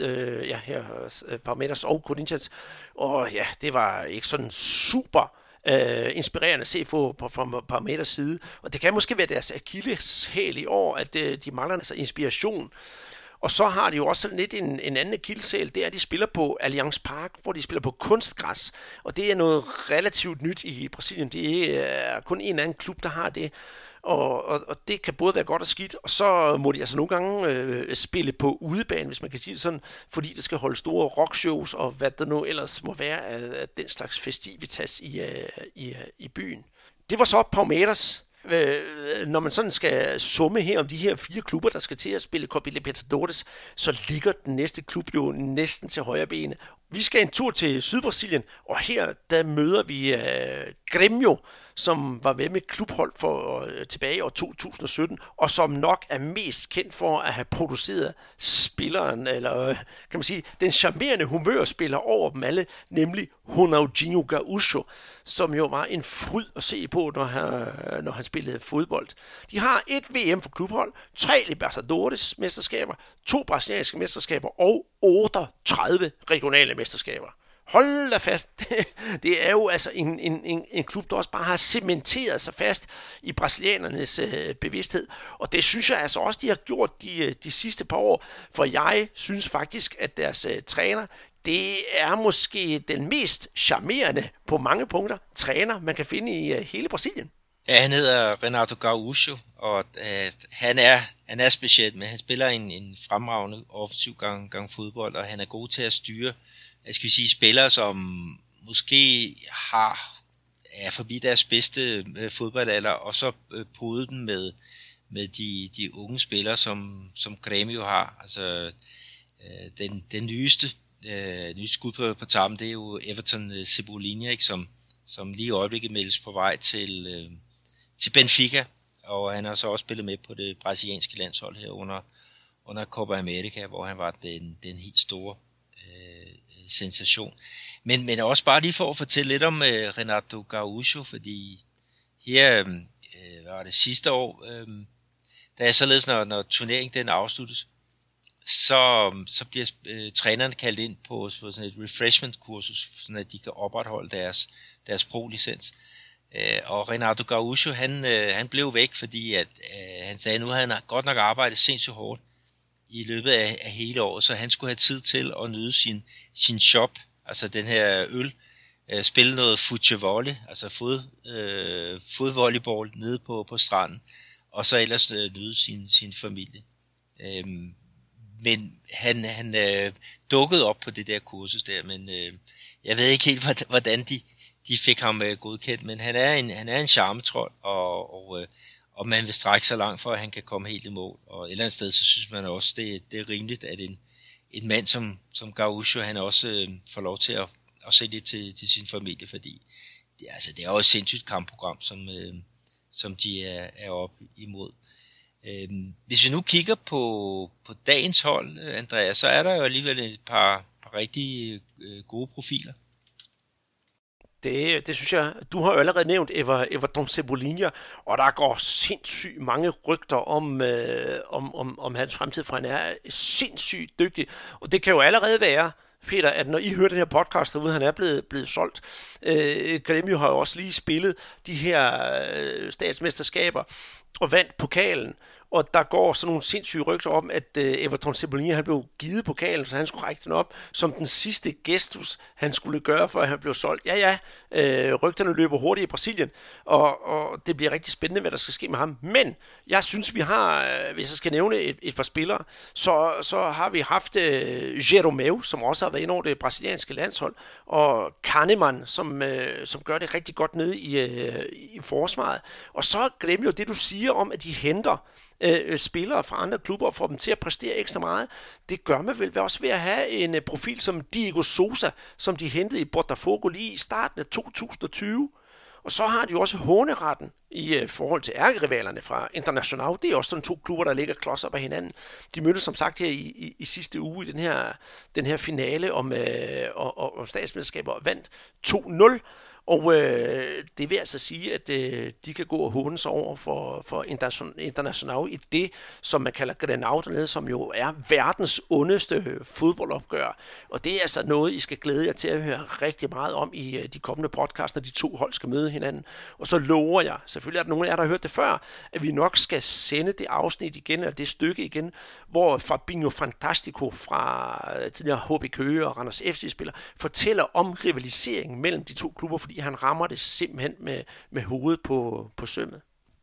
Palmeiras og Corinthians. Og ja, det var ikke sådan super inspirerende at se fra Palmeiras side. Og det kan måske være deres akilleshæl i år, at de mangler altså inspiration. Og så har de jo også lidt en anden akilleshæl, det er, at de spiller på Allianz Park, hvor de spiller på kunstgræs. Og det er noget relativt nyt i Brasilien. Det er kun en anden klub, der har det. Og det kan både være godt og skidt, og så må de altså nogle gange spille på udebane, hvis man kan sige det sådan, fordi det skal holde store rockshows og hvad der nu ellers må være af den slags festivitas i byen. Det var så Palmeiras. Når man sådan skal summe her om de her 4 klubber, der skal til at spille Copa Libertadores, så ligger den næste klub jo næsten til højre bene. Vi skal en tur til Sydbrasilien, og her der møder vi Grêmio, som var med klubhold tilbage i år 2017, og som nok er mest kendt for at have produceret spilleren, eller kan man sige, den charmerende humørspiller over dem alle, nemlig Ronaldinho Gaúcho, som jo var en fryd at se på, når han spillede fodbold. De har 1 VM for klubhold, 3 Libertadores mesterskaber, 2 brasilianske mesterskaber og 38 regionale mesterskaber. Hold da fast, det er jo altså en klub, der også bare har cementeret sig fast i brasilianernes bevidsthed. Og det synes jeg altså også, de har gjort de sidste par år. For jeg synes faktisk, at deres træner, det er måske den mest charmerende på mange punkter træner, man kan finde i hele Brasilien. Ja, han hedder Renato Gaúcho, og han er speciel, men han spiller en fremragende offensiv gang fodbold, og han er god til at styre, skal vi sige, spillere, som måske er forbi deres bedste fodboldalder, og så pode den med de unge spillere, som Grêmio har. Altså den nyeste skud på tarmen, det er jo Everton Cebolinha, ikke, som lige i øjeblikket meldes på vej til Benfica, og han har så også spillet med på det brasilianske landshold her under Copa America, hvor han var den helt store sensation. Men også bare lige for at fortælle lidt om Renato Gaúcho, fordi her var det sidste år, da jeg således, når turneringen den afsluttes, så bliver trænerne kaldt ind på sådan et refreshment-kursus, sådan at de kan opretholde deres pro-licens. Og Renato Gaúcho, han blev væk, fordi at han sagde, at nu havde han godt nok arbejdet sindssygt hårdt i løbet af hele året, så han skulle have tid til at nyde sin shop, altså den her øl, spille noget futvolley, altså fodvolleyball nede på stranden, og så ellers nyde sin familie. Men han dukkede op på det der kursus der, men jeg ved ikke helt, hvordan de fik ham godkendt, men han er en charmetrold, og man vil strække så langt for, at han kan komme helt i mål. Og et eller andet sted, så synes man også, det er rimeligt, at en mand som Gaucho, han også får lov til at se lidt til sin familie, fordi det er også et sindssygt kampprogram, som de er op imod. Hvis vi nu kigger på dagens hold, Andreas, så er der jo alligevel et par rigtig gode profiler. Det synes jeg. Du har jo allerede nævnt Everton Cebolinha, og der går sindssygt mange rygter om hans fremtid, for han er sindssygt dygtig. Og det kan jo allerede være, Peter, at når I hører den her podcast derude, han er blevet solgt. Grêmio har jo også lige spillet de her statsmesterskaber og vandt pokalen. Og der går sådan nogle sindssyge rygter om, at Everton Cebolinha, han blev givet pokalen, så han skulle række den op som den sidste gestus, han skulle gøre, før han blev solgt. Rygterne løber hurtigt i Brasilien, og det bliver rigtig spændende, hvad der skal ske med ham. Men jeg synes, vi har, hvis jeg skal nævne et par spillere, så har vi haft Jeromeu, som også har været inde over det brasilianske landshold, og Kahneman, som gør det rigtig godt nede i forsvaret. Og så Grêmio, det du siger om, at de henter spillere fra andre klubber og får dem til at præstere ekstra meget. Det gør man vel også ved at have en profil som Diego Souza, som de hentede i Botafogo lige i starten af 2020. Og så har de jo også håneretten i forhold til ærkerivalerne fra Internacional. Det er også sådan to klubber, der ligger klods op af hinanden. De mødtes som sagt her i sidste uge i den her finale om statsmesterskaber og vandt 2-0. Og det vil altså sige, at de kan gå og håne sig over for Internacional i det, som man kalder Grenau dernede, som jo er verdens ondeste fodboldopgør. Og det er altså noget, I skal glæde jer til at høre rigtig meget om i de kommende podcasts, når de to hold skal møde hinanden. Og så lover jeg, selvfølgelig er der nogen af jer, der har hørt det før, at vi nok skal sende det afsnit igen, eller det stykke igen, hvor Fabinho Fantastico fra tidligere HB Køge og Randers FC-spiller fortæller om rivaliseringen mellem de to klubber, fordi han rammer det simpelthen med hovedet på sømmet.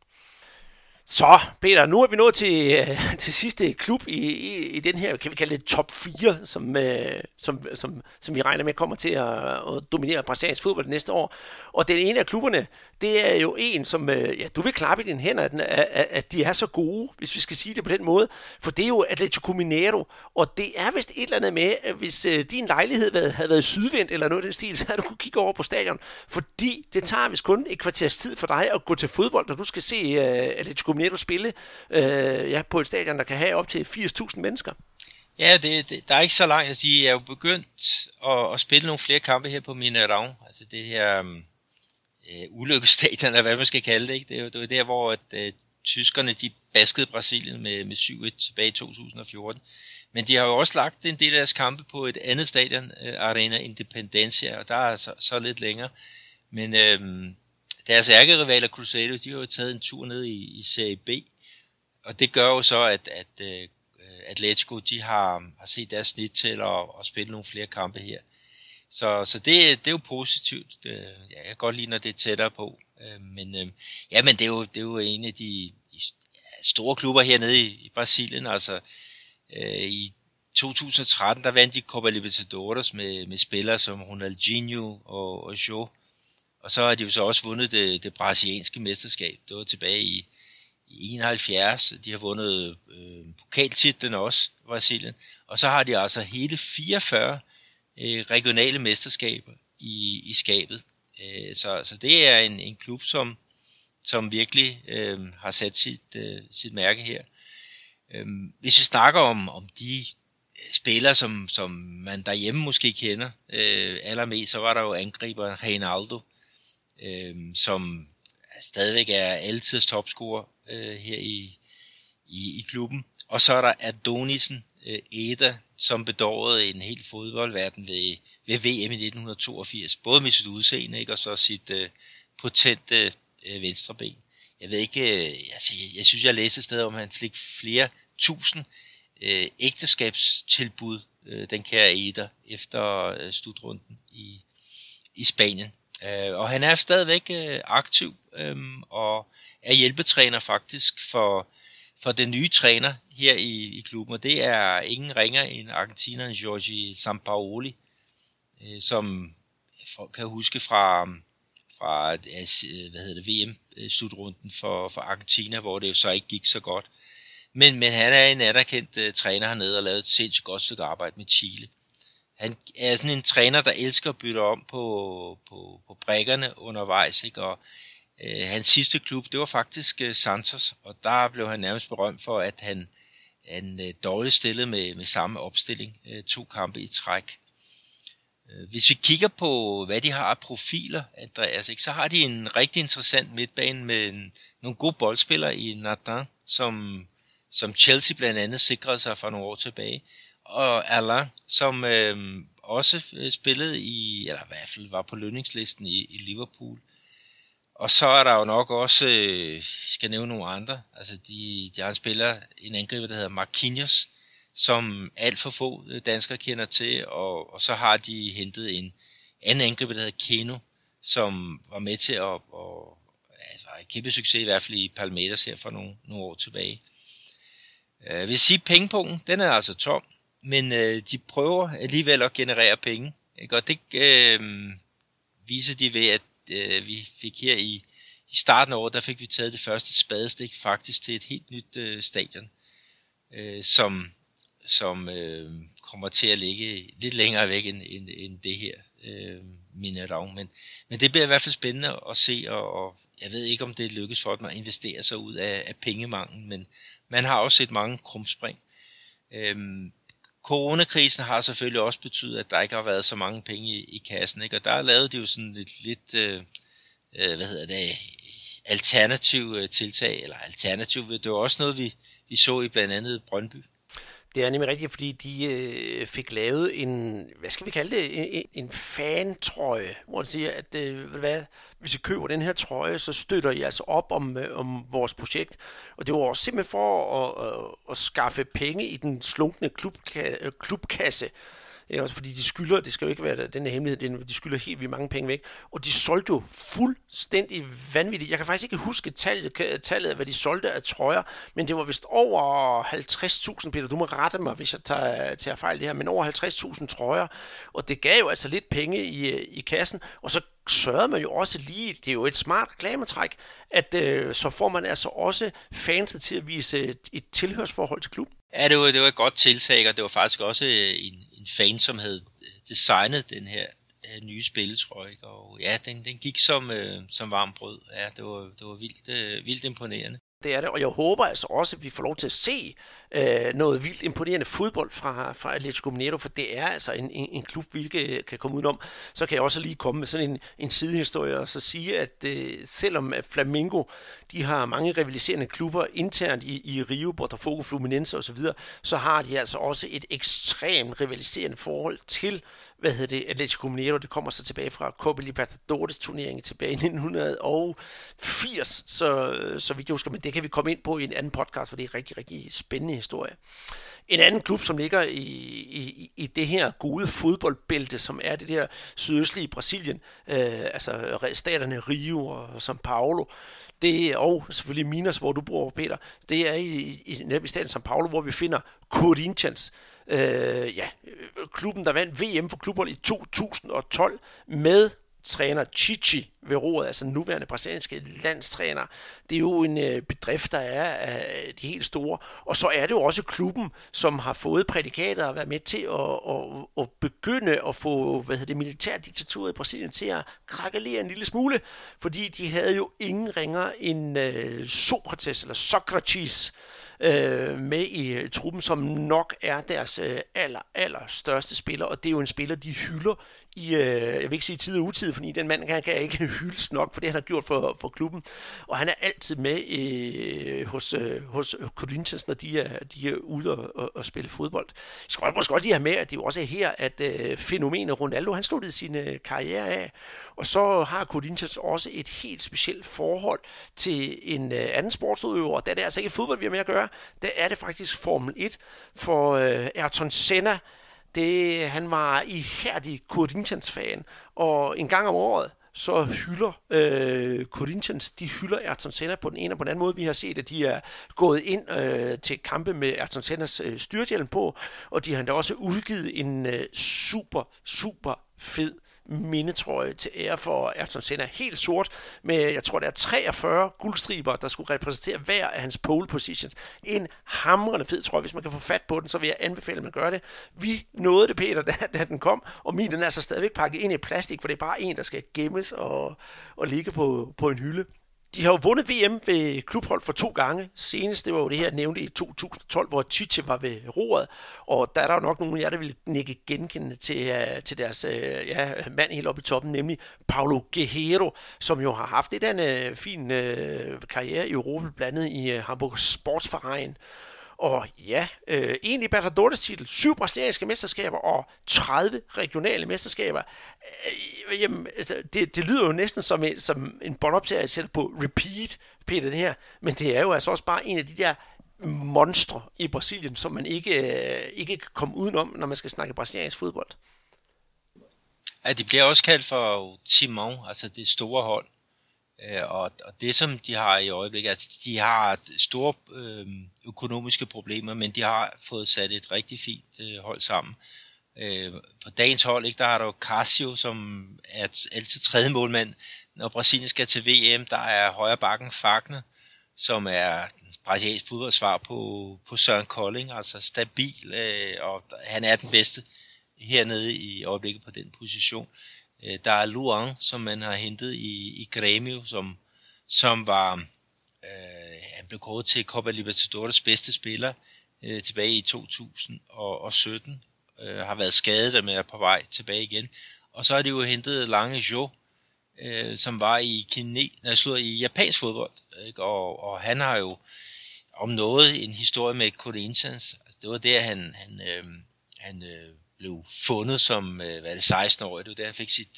Så, Peter, nu er vi nået til sidste klub i den her, kan vi kalde det top 4, som vi regner med kommer til at dominere brasiliansk fodbold næste år. Og den ene af klubberne, det er jo en, som du vil klappe i dine hænder, at de er så gode, hvis vi skal sige det på den måde. For det er jo Atlético Mineiro, og det er vist et eller andet med, at hvis din lejlighed havde været sydvendt eller noget af den stil, så havde du kunne kigge over på stadion. Fordi det tager vist kun et kvarters tid for dig at gå til fodbold, når du skal se Atlético Mineiro spille på et stadion, der kan have op til 80.000 mennesker. Ja, der er ikke så langt. De er jo begyndt at spille nogle flere kampe her på Mineirão. Altså det her ulykkestadion, eller hvad man skal kalde det. Ikke? Det var der, hvor tyskerne de baskede Brasilien med 7-1 tilbage i 2014. Men de har jo også lagt en del af deres kampe på et andet stadion, Arena Independencia, og der er så lidt længere. Men deres ærkerivaler Cruzeiro, de har jo taget en tur ned i Serie B, og det gør jo så, at Atlético, de har set deres snit til at spille nogle flere kampe her. Så det er jo positivt. Jeg kan godt lide, når det er tættere på. Men det er jo en af de store klubber hernede i Brasilien. Altså i 2013, der vandt de Copa Libertadores med spillere som Ronaldinho og Jô. Og så har de jo så også vundet det brasilianske mesterskab. Det var tilbage i 71. De har vundet pokaltitlen også, Brasilien. Og så har de altså hele 44 regionale mesterskaber i skabet. Så det er en klub, som virkelig har sat sit mærke her. Hvis vi snakker om de spillere, som man derhjemme måske kender allermest, så var der jo angriberen Reinaldo, som stadigvæk er altid topscorer her i klubben. Og så er der Adonisen Eder, som bedårede en helt fodboldverden ved VM i 1982. Både med sit udseende, ikke, og så sit potente venstreben. Jeg ved ikke, jeg synes, jeg læste et sted om, at han fik flere tusind ægteskabstilbud, den kære Eder, efter slutrunden i i Spanien. Og han er stadigvæk aktiv og er hjælpetræner faktisk for den nye træner her i klubben, og det er ingen ringer end argentineren Jorge Sampaoli, som folk kan huske fra VM-slutrunden for Argentina, hvor det jo så ikke gik så godt. Men han er en anerkendt træner hernede og lavet et sindssygt godt stykke arbejde med Chile. Han er sådan en træner, der elsker at bytte om på brækkerne undervejs, ikke? Og hans sidste klub, det var faktisk Santos, og der blev han nærmest berømt for, at han dårligt stillede med samme opstilling 2 kampe i træk. Hvis vi kigger på, hvad de har af profiler, Andreas, ikke, så har de en rigtig interessant midtbane med nogle gode boldspillere i Nathan, som Chelsea blandt andet sikrede sig for nogle år tilbage, og Alain, som også spillede i, eller i hvert fald var på lønningslisten i Liverpool. Og så er der jo nok også, skal nævne nogle andre, altså de har en angriber, der hedder Marquinhos, som alt for få danskere kender til, og så har de hentet en anden angriber, der hedder Keno, som var med til at altså en kæmpe succes, i hvert fald i Palmeiras her for nogle år tilbage. Jeg vil sige, pengepunkten, den er altså tom, men de prøver alligevel at generere penge, ikke? Og det viser de ved, at vi fik her i starten af året, der fik vi taget det første spadestik faktisk til et helt nyt stadion, som kommer til at ligge lidt længere væk end det her Mineirão. Men det bliver i hvert fald spændende at se, og jeg ved ikke, om det lykkes for dem at investere sig ud af pengemanglen, men man har også set mange krumspring. Coronakrisen har selvfølgelig også betydet, at der ikke har været så mange penge i kassen, ikke? Og der lavede de jo sådan lidt alternativ tiltag, eller alternativ, det var også noget, vi så i blandt andet Brøndby. Det er nemlig rigtigt, fordi de fik lavet en, hvad skal vi kalde det, en fan-trøje, hvor de siger, at hvis I køber den her trøje, så støtter I altså op om vores projekt. Og det var også simpelthen for at skaffe penge i den slunkne klubkasse. Også fordi de skylder, det skal jo ikke være den her hemmelighed, de skylder helt vildt mange penge væk. Og de solgte jo fuldstændig vanvittigt. Jeg kan faktisk ikke huske tallet af, hvad de solgte af trøjer, men det var vist over 50.000, Peter, du må rette mig, hvis jeg tager fejl det her, men over 50.000 trøjer. Og det gav jo altså lidt penge i kassen, og så sørgede man jo også lige, det er jo et smart reklametræk, at så får man altså også fanset til at vise et tilhørsforhold til klubben. Ja, det var et godt tiltag, og det var faktisk også en fan, som havde designet den her nye spilletrøje, og ja, den gik som varm brød. Ja, det var vildt imponerende. Det er det, og jeg håber altså også, at vi får lov til at se noget vildt imponerende fodbold fra Atlético Mineiro, for det er altså en klub, vi ikke kan komme udenom. Så kan jeg også lige komme med sådan en sidehistorie og så sige, at selvom Flamengo, de har mange rivaliserende klubber internt i Rio, Botafogo, Fluminense osv., så har de altså også et ekstremt rivaliserende forhold til Atlético Mineiro. Det kommer så tilbage fra Copa Libertadores turneringen tilbage i 1980, så vidt jeg husker, men det kan vi komme ind på i en anden podcast, for det er en rigtig, rigtig spændende historie. En anden klub, som ligger i det her gode fodboldbælte, som er det der sydøstlige Brasilien, altså staterne Rio og São Paulo, det, og selvfølgelig Minas, hvor du bor, Peter, det er i staten São Paulo, hvor vi finder Corinthians, klubben, der vandt VM for klubhold i 2012 med træner Chichi ved roret, altså den nuværende brasilianske landstræner. Det er jo en bedrift, der er af de helt store. Og så er det jo også klubben, som har fået prædikatet at være med til at begynde at få militærdiktaturet i Brasilien til at krakelere en lille smule, fordi de havde jo ingen ringer end Socrates med i truppen, som nok er deres aller største spiller, og det er jo en spiller, de hylder i, jeg vil ikke sige tid og utid, fordi den mand kan ikke hyldes nok for det, han har gjort for klubben, og han er altid med hos Corinthians, når de er ude og spille fodbold. Jeg skal måske godt lige have med, at det jo også er her, at fænomenet Ronaldo, han sluttede sin karriere af, og så har Corinthians også et helt specielt forhold til en anden sportsudøver, da det er altså ikke fodbold, vi har med at gøre, der er det faktisk Formel 1, for Ayrton Senna, Han var ihærdig Corinthians-fan, og en gang om året, så hylder Corinthians, de hylder Ayrton Senna på den ene og på den anden måde. Vi har set, at de er gået ind til kampe med Ayrton Sennas styrthjelm på, og de har endda også udgivet en super fed mindetrøje til ære for Ayrton Senna. Helt sort, med jeg tror det er 43 guldstriber, der skulle repræsentere hver af hans pole positions. En hamrende fed trøje. Hvis man kan få fat på den, så vil jeg anbefale, at man gør det. Vi nåede det, Peter, da den kom, og min den er så stadigvæk pakket ind i plastik, for det er bare en, der skal gemmes og ligge på en hylde. De har jo vundet VM ved klubhold for 2 gange. Senest, det var jo det her, nævnte i 2012, hvor Tite var ved roret. Og der er der jo nok nogle af jer, der vil nikke genkendende til deres mand helt oppe i toppen, nemlig Paulo Guerrero, som jo har haft en fin karriere i Europa, blandt andet i Hamburg Sportsverein. Og ja, en Libertadores-titel, 7 brasilianske mesterskaber og 30 regionale mesterskaber. Jamen, altså, det lyder jo næsten som en båndoptager, jeg sætter på repeat, Peter, det her. Men det er jo altså også bare en af de der monstre i Brasilien, som man ikke kan komme udenom, når man skal snakke brasiliansk fodbold. Ja, de bliver også kaldt for Timão, altså det store hold. Og det som de har i øjeblikket, altså de har store økonomiske problemer, men de har fået sat et rigtig fint hold sammen. På dagens hold, ikke, der har der jo Cássio, som er altid tredje målmand. Når Brasilien skal til VM, der er højre bakken Fagner, som er brasiliansk fodboldsvar på Søren Kolding, altså stabil, og han er den bedste hernede i øjeblikket på den position. Der er Luan, som man har hentet i Grêmio, som var han blev kåret til Copa Libertadores bedste spiller tilbage i 2017. Har været skadet, men er på vej tilbage igen. Og så har de jo hentet Lange Jo, som var i japansk fodbold, ikke? Og han har jo om noget en historie med Corinthians. Altså, det var der han blev fundet som 16-årig. Det var der han fik sit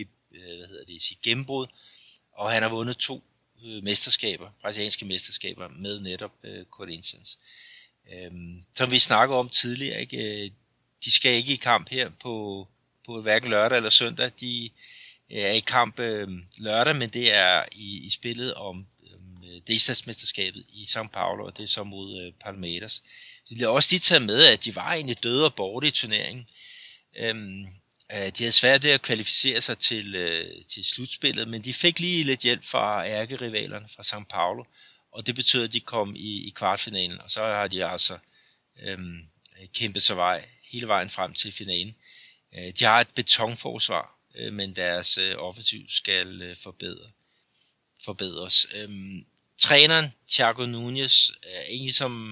gennembrud, og han har vundet 2 mesterskaber, brasilianske mesterskaber med netop Corinthians. Som vi snakkede om tidligere, ikke? De skal ikke i kamp her på hverken lørdag eller søndag. De er i kamp lørdag, men det er i spillet om delstatsmesterskabet i São Paulo, og det er så mod Palmeiras. De har også lige taget med, at de var egentlig døde og borte i turneringen. De havde svært ved at kvalificere sig til slutspillet, men de fik lige lidt hjælp fra ærkerivalerne fra São Paulo, og det betød, at de kom i kvartfinalen, og så har de altså kæmpet sig hele vejen frem til finalen. De har et betonforsvar, men deres offensiv skal forbedres. Træneren, Thiago Nunes, er egentlig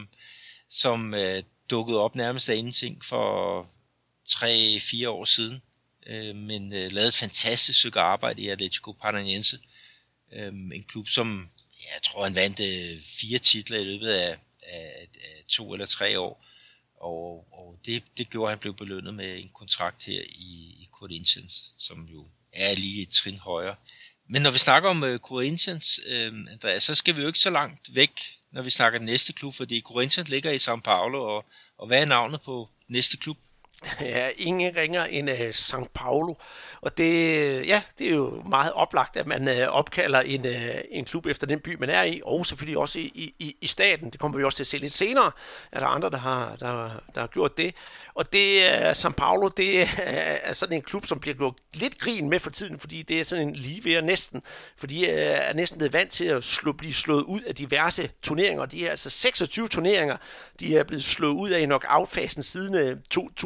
som dukkede op nærmest af ingenting for 3-4 år siden, men lavede et fantastisk stykke arbejde i Atlético Paranaense. En klub, som jeg tror, han vandt 4 titler i løbet af 2 eller 3 år. Og det gjorde, at han blev belønnet med en kontrakt her i Corinthians, som jo er lige et trin højere. Men når vi snakker om Corinthians, Andreas, så skal vi jo ikke så langt væk, når vi snakker den næste klub, fordi Corinthians ligger i São Paulo, og hvad er navnet på næste klub? Ja, ingen ringer end São Paulo, og det er jo meget oplagt, at man opkalder en klub efter den by, man er i, og selvfølgelig også i staten. Det kommer vi også til at se lidt senere, at der er andre, der har gjort det. Og det São Paulo, det er sådan en klub, som bliver gjort lidt grin med for tiden, fordi det er sådan en lige ved næsten, fordi de er næsten blevet vant til at blive slået ud af diverse turneringer. De er altså 26 turneringer, de er blevet slået ud af i knockout-fasen siden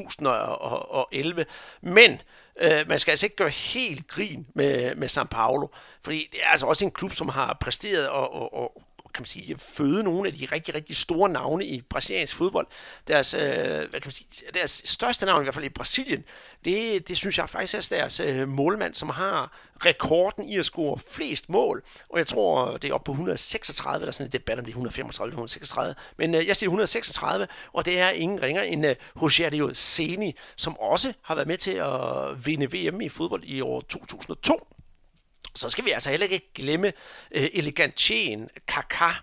2011. Men man skal altså ikke gøre helt grin med São Paulo, fordi det er altså også en klub, som har præsteret og kan man sige, føde nogle af de rigtig, rigtig store navne i brasiliansk fodbold. Deres største navn, i hvert fald i Brasilien, det synes jeg faktisk er deres målmand, som har rekorden i at score flest mål. Og jeg tror, det er op på 136, der er sådan en debat om det er 135 eller 136. Men jeg siger 136, og det er ingen ringer end Rogério Ceni, som også har været med til at vinde VM i fodbold i år 2002. Så skal vi altså heller ikke glemme elegantien Kaká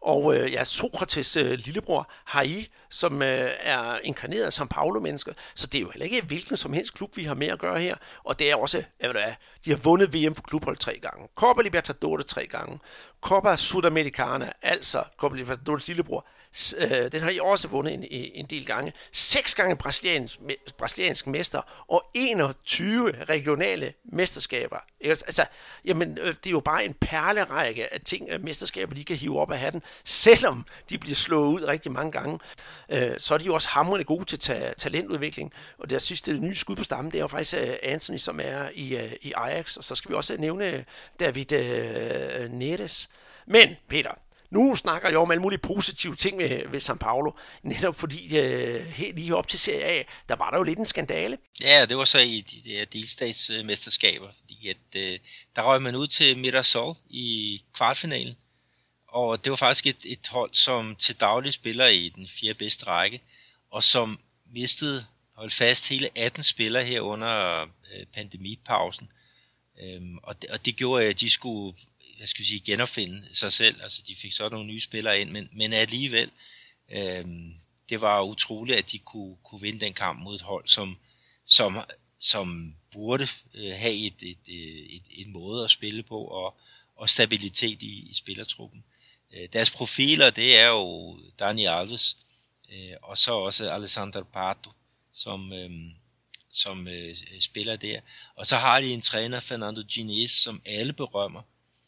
Og Sokrates lillebror, Hai, som er inkarneret som Paulo-mennesker. Så det er jo heller ikke hvilken som helst klub, vi har med at gøre her. Og det er også, de har vundet VM for klubhold 3 gange. Copa Libertadores 3 gange. Copa Sudamericana, altså Copa Libertadores lillebror. Den har I også vundet en del gange. 6 gange brasiliansk mester og 21 regionale mesterskaber. Altså, jamen, det er jo bare en perlerække af ting, af mesterskaber, de kan hive op af hatten, selvom de bliver slået ud rigtig mange gange. Så er de jo også hamrende gode til talentudvikling. Og det sidste nye skud på stammen, det er jo faktisk Anthony, som er i Ajax. Og så skal vi også nævne David Neres. Men, Peter, nu snakker jeg om alle mulige positive ting ved São Paulo, netop fordi helt lige op til Serie A, der var der jo lidt en skandale. Ja, det var så i de der delstatsmesterskaber, fordi der røg man ud til Mirassol i kvartfinalen, og det var faktisk et hold, som til daglig spiller i den 4. bedste række, og som mistede, holdt fast, hele 18 spillere her under pandemipausen, og det gjorde, at de skulle genopfinde sig selv. Altså, de fik så nogle nye spillere ind, men alligevel, det var utroligt, at de kunne vinde den kamp mod et hold, som burde have en måde at spille på, og stabilitet i spillertruppen. Deres profiler, det er jo Dani Alves, og så også Alessandro Pato, som spiller der. Og så har de en træner, Fernando Diniz, som alle berømmer,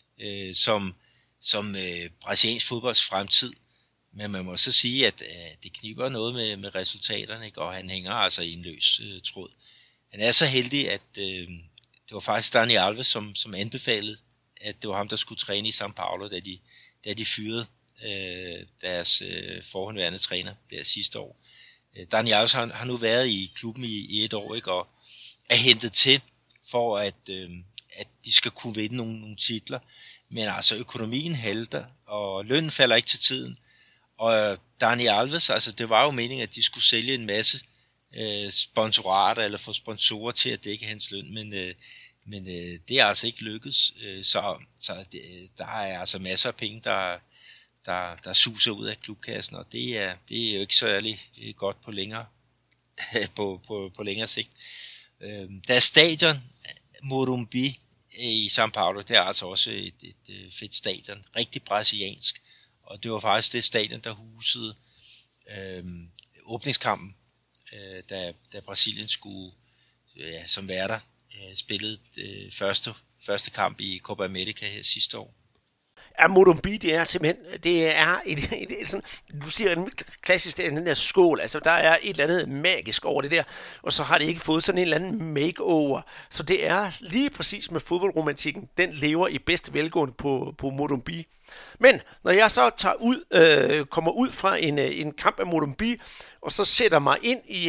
som brasiliansk fodbolds fremtid. Men man må så sige, at det kniber noget med resultaterne, ikke? Og han hænger altså i en løs tråd. Han er så heldig, at det var faktisk Dani Alves, som anbefalede, at det var ham, der skulle træne i São Paulo, da de fyrede deres forhåndværende træner der sidste år. Dani Alves har nu været i klubben i 1 år, ikke? Og er hentet til for, at de skal kunne vinde nogle titler. Men altså økonomien halter, og lønnen falder ikke til tiden. Og Dani Alves, altså det var jo meningen, at de skulle sælge en masse sponsorater, eller få sponsorer til at dække hans løn, men det er altså ikke lykkedes. Så der er altså masser af penge, der suser ud af klubkassen, og det er jo ikke særlig godt på længere, på længere sigt. Deres stadion, Morumbi, i São Paulo, det er altså også et fedt stadion, rigtig brasiliansk, og det var faktisk det stadion, der husede åbningskampen, da Brasilien skulle som værter spille første kamp i Copa America her sidste år. Ja, Morumbi, det er simpelthen, det er et sådan, du siger en klassisk, det er den der skål, altså der er et eller andet magisk over det der, og så har det ikke fået sådan en eller anden makeover, så det er lige præcis med fodboldromantikken, den lever i bedste velgående på Morumbi. Men når jeg så kommer ud fra en kamp af Morumbi, og så sætter mig ind i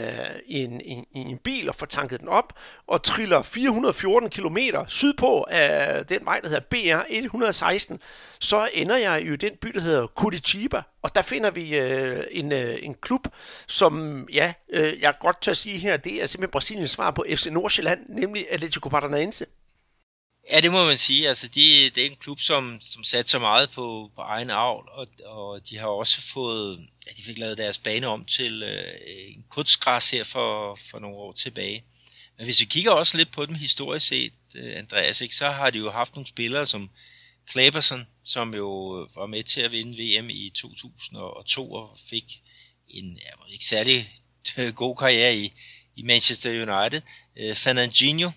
en bil og får tanket den op, og triller 414 kilometer sydpå af den vej, der hedder BR 116, så ender jeg i den by, der hedder Curitiba, og der finder vi en klub, som, jeg godt tør sige her, det er simpelthen Brasiliens svar på FC Nordsjælland, nemlig Atlético Paranaense. Ja, det må man sige. Altså, det er en klub, som satser meget på egen avl, og de har også fået, de fik lavet deres bane om til en kunstgræs her for nogle år tilbage. Men hvis vi kigger også lidt på dem historisk set, Andreas, ikke, så har de jo haft nogle spillere som Kleberson, som jo var med til at vinde VM i 2002 og fik en ikke særlig god karriere i Manchester United. Fernandinho,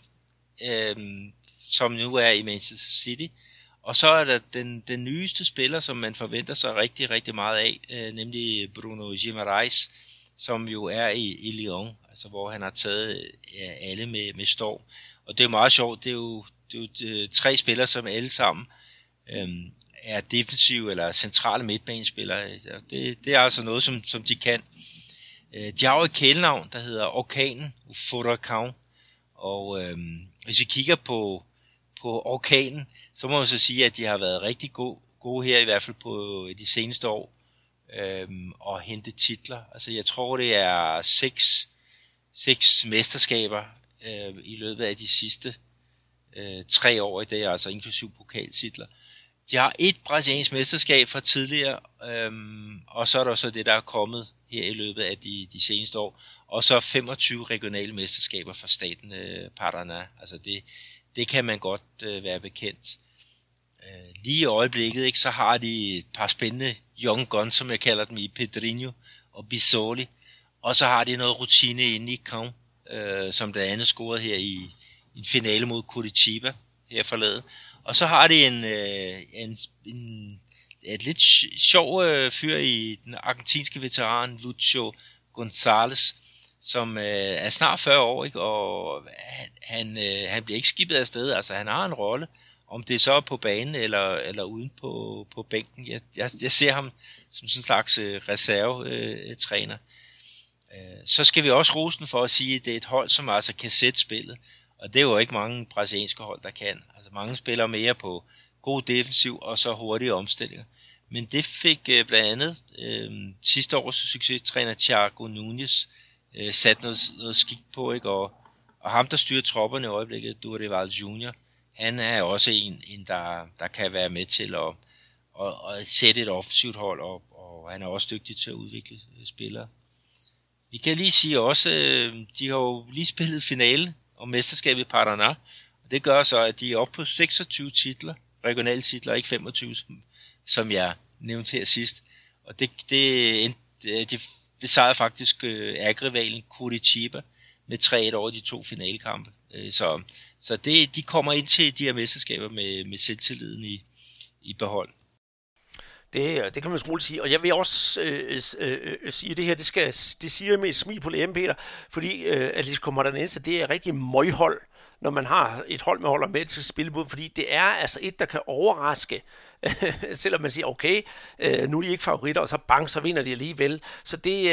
som nu er i Manchester City. Og så er der den nyeste spiller, som man forventer sig rigtig, rigtig meget af, nemlig Bruno Guimaraes, som jo er i Lyon, altså hvor han har taget alle med storm. Og det er meget sjovt, det er jo 3 spillere, som alle sammen er defensive eller centrale midtbanespillere. Det er altså noget, som de kan. De har jo et kælenavn, der hedder Orkanen, Furacão, og hvis vi kigger på Orkanen, så må man så sige, at de har været rigtig gode her, i hvert fald på de seneste år, og hente titler. Altså jeg tror, det er 6 mesterskaber i løbet af de sidste 3 år i dag, altså inklusiv pokaltitler. De har et brasiliansk mesterskab fra tidligere, og så er der så det, der er kommet her i løbet af de seneste år, og så 25 regionale mesterskaber fra staten Paraná. Altså det kan man godt være bekendt. Lige i øjeblikket, ikke, så har de et par spændende young guns, som jeg kalder dem, i Pedrinho og Bissoli, og så har de noget rutine i Nicão, som der andet scorede her i en finale mod Curitiba her forleden. Og så har de et lidt sjov fyr i den argentinske veteran Lucho González, som er snart 40 år, ikke? Og han bliver ikke skibet afsted. Altså han har en rolle, om det er så på banen eller uden på bænken. Jeg ser ham som sådan en slags reservetræner. Så skal vi også rose den for at sige, at det er et hold, som altså kan sætte spillet. Og det er jo ikke mange brasilianske hold, der kan. Altså mange spiller mere på god defensiv og så hurtige omstillinger. Men det fik blandt andet sidste års succestræner Thiago Nunes sat noget skik på, ikke? Og ham, der styrer tropperne i øjeblikket, Dorival Junior, han er også en der kan være med til at sætte et offensivt hold, og han er også dygtig til at udvikle spillere. Vi kan lige sige også, de har jo lige spillet finale om mesterskabet i Paraná, og det gør så, at de er oppe på 26 titler, regionale titler, ikke 25, som jeg nævnte her sidst. Og de besejrede faktisk ærkerivalen Curitiba med 3-1 over de 2 finalekampe. Så de kommer ind til de her mesterskaber med selvtilliden i behold. Det kan man roligt sige, og jeg vil også sige, at det her, det siger jeg med et smil på læben, Peter, fordi Atlético Moranense, det er rigtig møghold, når man har et hold med holder med til at spille på, fordi det er altså et, der kan overraske, selvom man siger, okay, nu er de ikke favoritter, og så bang, så vinder de alligevel. Så det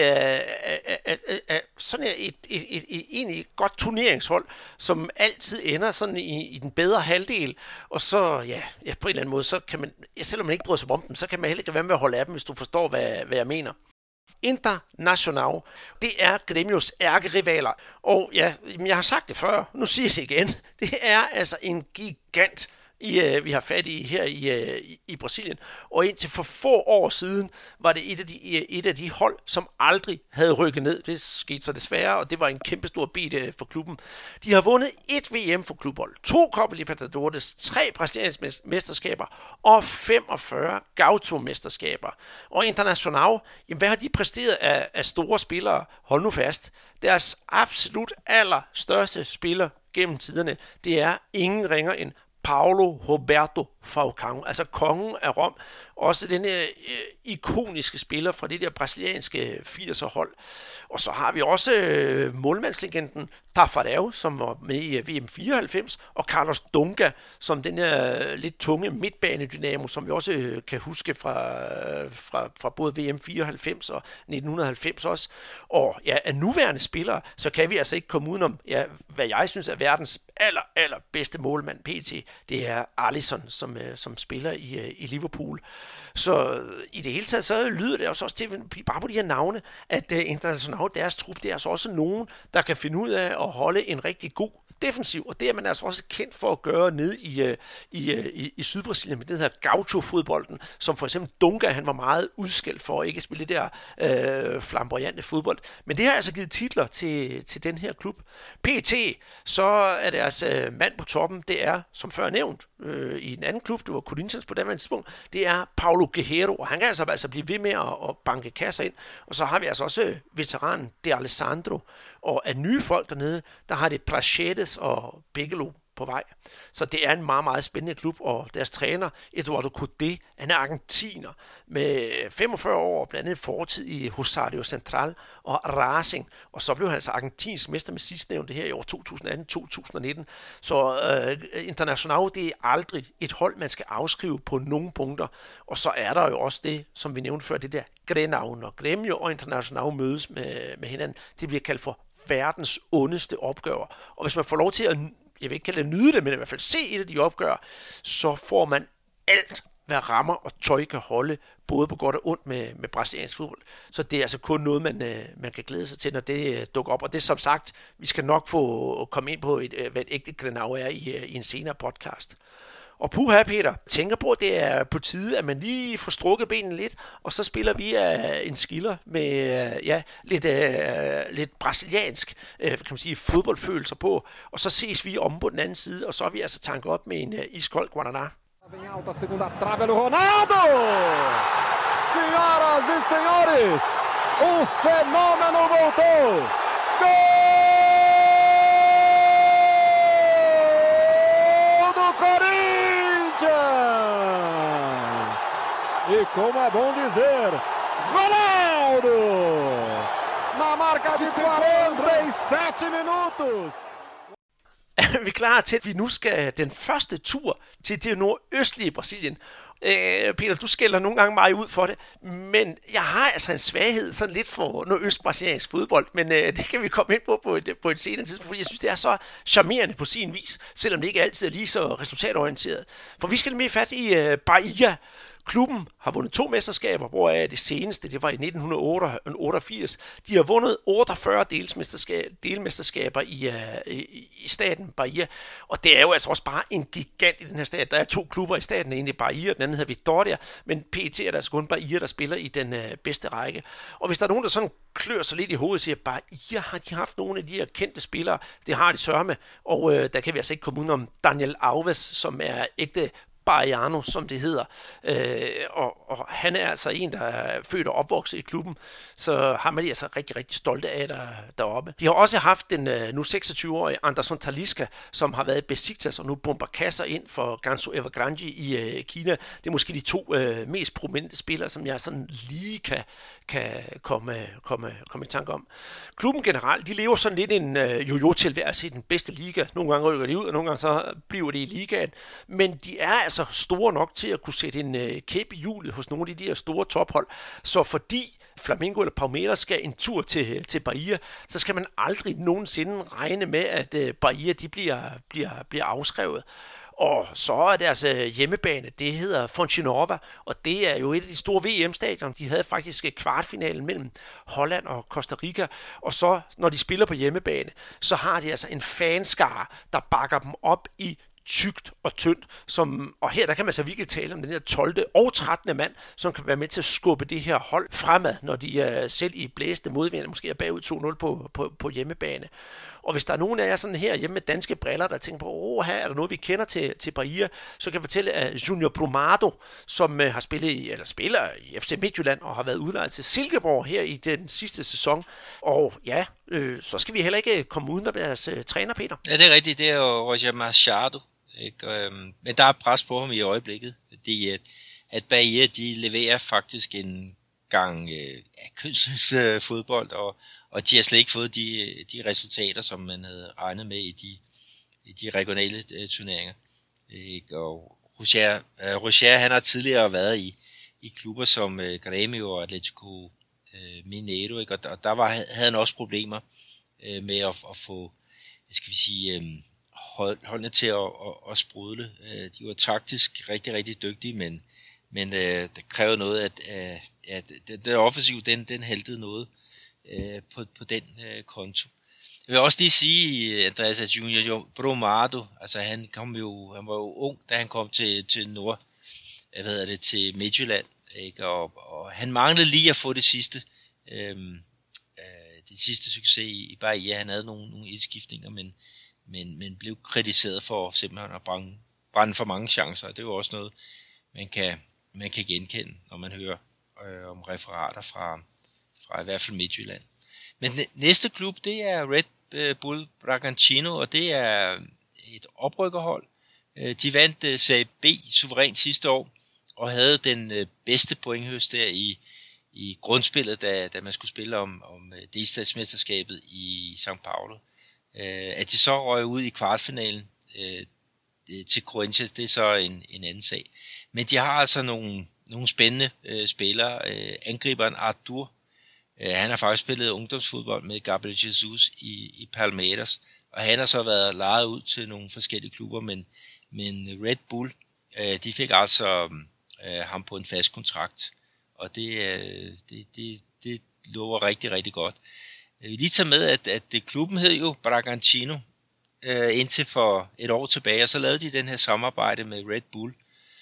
er sådan et egentlig godt turneringshold, som altid ender sådan i den bedre halvdel, og så, ja, på en eller anden måde, så kan man, selvom man ikke bryder sig om dem, så kan man heller ikke være med at holde af dem, hvis du forstår, hvad jeg mener. Internacional, det er Grêmios ærkerivaler, og ja, jeg har sagt det før, nu siger jeg det igen, det er altså en gigant, vi har fat i her i Brasilien, og indtil for få år siden var det et af de hold, som aldrig havde rykket ned. Det skete så desværre, og det var en kæmpe stor bid for klubben. De har vundet 1 VM for klubhold, 2 Copa Libertadores, 3 brasilianske mesterskaber og 45 Gaucho-mesterskaber. Og Internacional, jamen, hvad har de præsteret af store spillere? Hold nu fast. Deres absolut allerstørste spiller gennem tiderne, det er ingen ringer end Paulo Roberto Falcão, altså kongen af Rom, også denne ikoniske spiller fra det der brasilianske 80'er hold. Og så har vi også målmandslegenden Tafarel, som var med i VM 94, og Carlos Dunga, som den her lidt tunge midtbanedynamo, som vi også kan huske fra både VM 94 og 1990 også. Og ja, af nuværende spillere, så kan vi altså ikke komme udenom, ja, hvad jeg synes er verdens aller bedste målmand PT, det er Alisson, som spiller i Liverpool. Så i det hele taget, så lyder det også til, bare på de her navne, at Internacional, deres trup, det er altså også nogen, der kan finde ud af at holde en rigtig god defensiv, og det er man altså også kendt for at gøre ned i Sydbrasilien med det her gaucho-fodbolden, som for eksempel Dunga, han var meget udskældt for at ikke spille det der flamboyante fodbold. Men det har altså givet titler til den her klub. PT, så er deres mand på toppen, det er, som før nævnt, i en anden klub, det var Corinthians på det tidspunkt, det er Paulo Guerrero, og han kan altså blive ved med at banke kasser ind. Og så har vi altså også veteranen De Alessandro, og af nye folk dernede, der har det Praxedes og Bigelow på vej. Så det er en meget spændende klub, og deres træner, Eduardo Cudê, han er argentiner med 45 år, blandt andet fortid i Rosario Central og Racing, og så blev han altså argentinsk mester med sidstnævnte her i år 2018-2019. Så Internacional, det er aldrig et hold, man skal afskrive på nogle punkter, og så er der jo også det, som vi nævnte før, det der Grenau, når Grêmio og Internacional mødes med hinanden, det bliver kaldt for verdens ondeste opgør, og hvis man får lov til at, jeg vil ikke kalde det nyde det, men i hvert fald se et af de opgør, så får man alt, hvad rammer og tøj kan holde, både på godt og ondt med brasiliansk fodbold. Så det er altså kun noget, man kan glæde sig til, når det dukker op. Og det som sagt, vi skal nok få komme ind på, hvad et ægte Grenau er i en senere podcast. Og puha, Peter, tænker på, at det er på tide, at man lige får strukket benene lidt, og så spiller vi en skiller med lidt brasiliansk kan man sige, fodboldfølelser på, og så ses vi om på den anden side, og så er vi altså tanket op med en iskold Guaraná. Vem alta, segunda trave, Ronaldo! Senhoras e senhores, fenômeno voltou! Gol do Corinthians! E como é bom dizer, Ronaldo! Na marca de 47 minutos! Er vi klar til, at vi nu skal den første tur til det nordøstlige Brasilien? Peter, du skælder nogle gange mig ud for det, men jeg har altså en svaghed sådan lidt for nordøstbrasiliansk fodbold, men det kan vi komme ind på et senere tidspunkt, fordi jeg synes, det er så charmerende på sin vis, selvom det ikke altid er lige så resultatorienteret. For vi skal nemlig fat i Bahia. Klubben har vundet 2 mesterskaber, hvor det seneste, det var i 1988. De har vundet 48 delmesterskaber i staten Bahia. Og det er jo altså også bare en gigant i den her stat. Der er 2 klubber i staten, en i Bahia, den anden hedder Vitória, men PT er der altså kun Bahia, der spiller i den bedste række. Og hvis der er nogen, der sådan klør sig lidt i hovedet og siger, Bahia, har de haft nogle af de her kendte spillere? Det har de sørme, og der kan vi altså ikke komme udenom Daniel Alves, som er ægte Baiano, som det hedder. Og han er altså en, der er født og opvokset i klubben, så har man de altså rigtig, rigtig stolte af deroppe. De har også haft den nu 26-årige Anderson Talisca, som har været i Besiktas og nu bomber kasser ind for Gansu Evergrande i Kina. Det er måske de 2 mest prominente spillere, som jeg sådan lige kan komme i tanke om. Klubben generelt, de lever sådan lidt en jojo-tilværelse i den bedste liga. Nogle gange rykker de ud, og nogle gange så bliver det i ligaen. Men de er altså store nok til at kunne sætte en kæp i hjulet hos nogle af de her store tophold. Så fordi Flamengo eller Palmeiras skal en tur til Bahia, så skal man aldrig nogensinde regne med, at Bahia de bliver afskrevet. Og så er deres hjemmebane, det hedder Fonte Nova, og det er jo et af de store VM-stadioner. De havde faktisk kvartfinalen mellem Holland og Costa Rica, og så når de spiller på hjemmebane, så har de altså en fanskare, der bakker dem op i tykt og tyndt, og her der kan man så virkelig tale om den her 12. og 13. mand, som kan være med til at skubbe det her hold fremad, når de selv i blæste modvind måske er bagud 2-0 på hjemmebane. Og hvis der er nogen af jer sådan her hjemme med danske briller, der tænker på, her er der noget, vi kender til Bahia, så kan jeg fortælle, at Junior Brumado, som har spiller i FC Midtjylland og har været udlejet til Silkeborg her i den sidste sæson. Og ja, så skal vi heller ikke komme uden af deres træner, Peter. Ja, det er rigtigt. Det er jo Roger Machado. Men der er pres på ham i øjeblikket, fordi at Bahia, de leverer faktisk en gang kønsens fodbold, og de har slet ikke fået de resultater, som man havde regnet med i de regionale turneringer. Og Roger, han har tidligere været i klubber som Grêmio og Atlético Mineiro, ikke? Og der havde han også problemer med at få, skal vi sige, holdene til at sprudle. De var taktisk rigtig, rigtig dygtige, men det krævede noget, at det offensiv, den haltede noget på den konto. Jeg vil også lige sige, Andreas, at Junior Brumado, altså han var jo ung, da han kom til til Midtjylland, ikke? Og han manglede lige at få det sidste succes i Bahia. Han havde nogle indskiftninger, men blev kritiseret for simpelthen at brænde for mange chancer. Det er jo også noget, man kan genkende, når man hører om referater fra i hvert fald Midtjylland. Men næste klub, det er Red Bull Bragantino, og det er et oprykkerhold. De vandt Serie B suverænt sidste år, og havde den bedste pointhøst der i grundspillet, da man skulle spille om delstatsmesterskabet i São Paulo. At de så røg ud i kvartfinalen til Corinthians, det er så en anden sag. Men de har altså nogle spændende spillere. Angriberen Arthur, han har faktisk spillet ungdomsfodbold med Gabriel Jesus i Palmeiras, og han har så været lejet ud til nogle forskellige klubber, men Red Bull, de fik altså ham på en fast kontrakt, og det lover rigtig, rigtig godt. Vi lige tager med, at det klubben hed jo Bragantino, indtil for et år tilbage, og så lavede de den her samarbejde med Red Bull.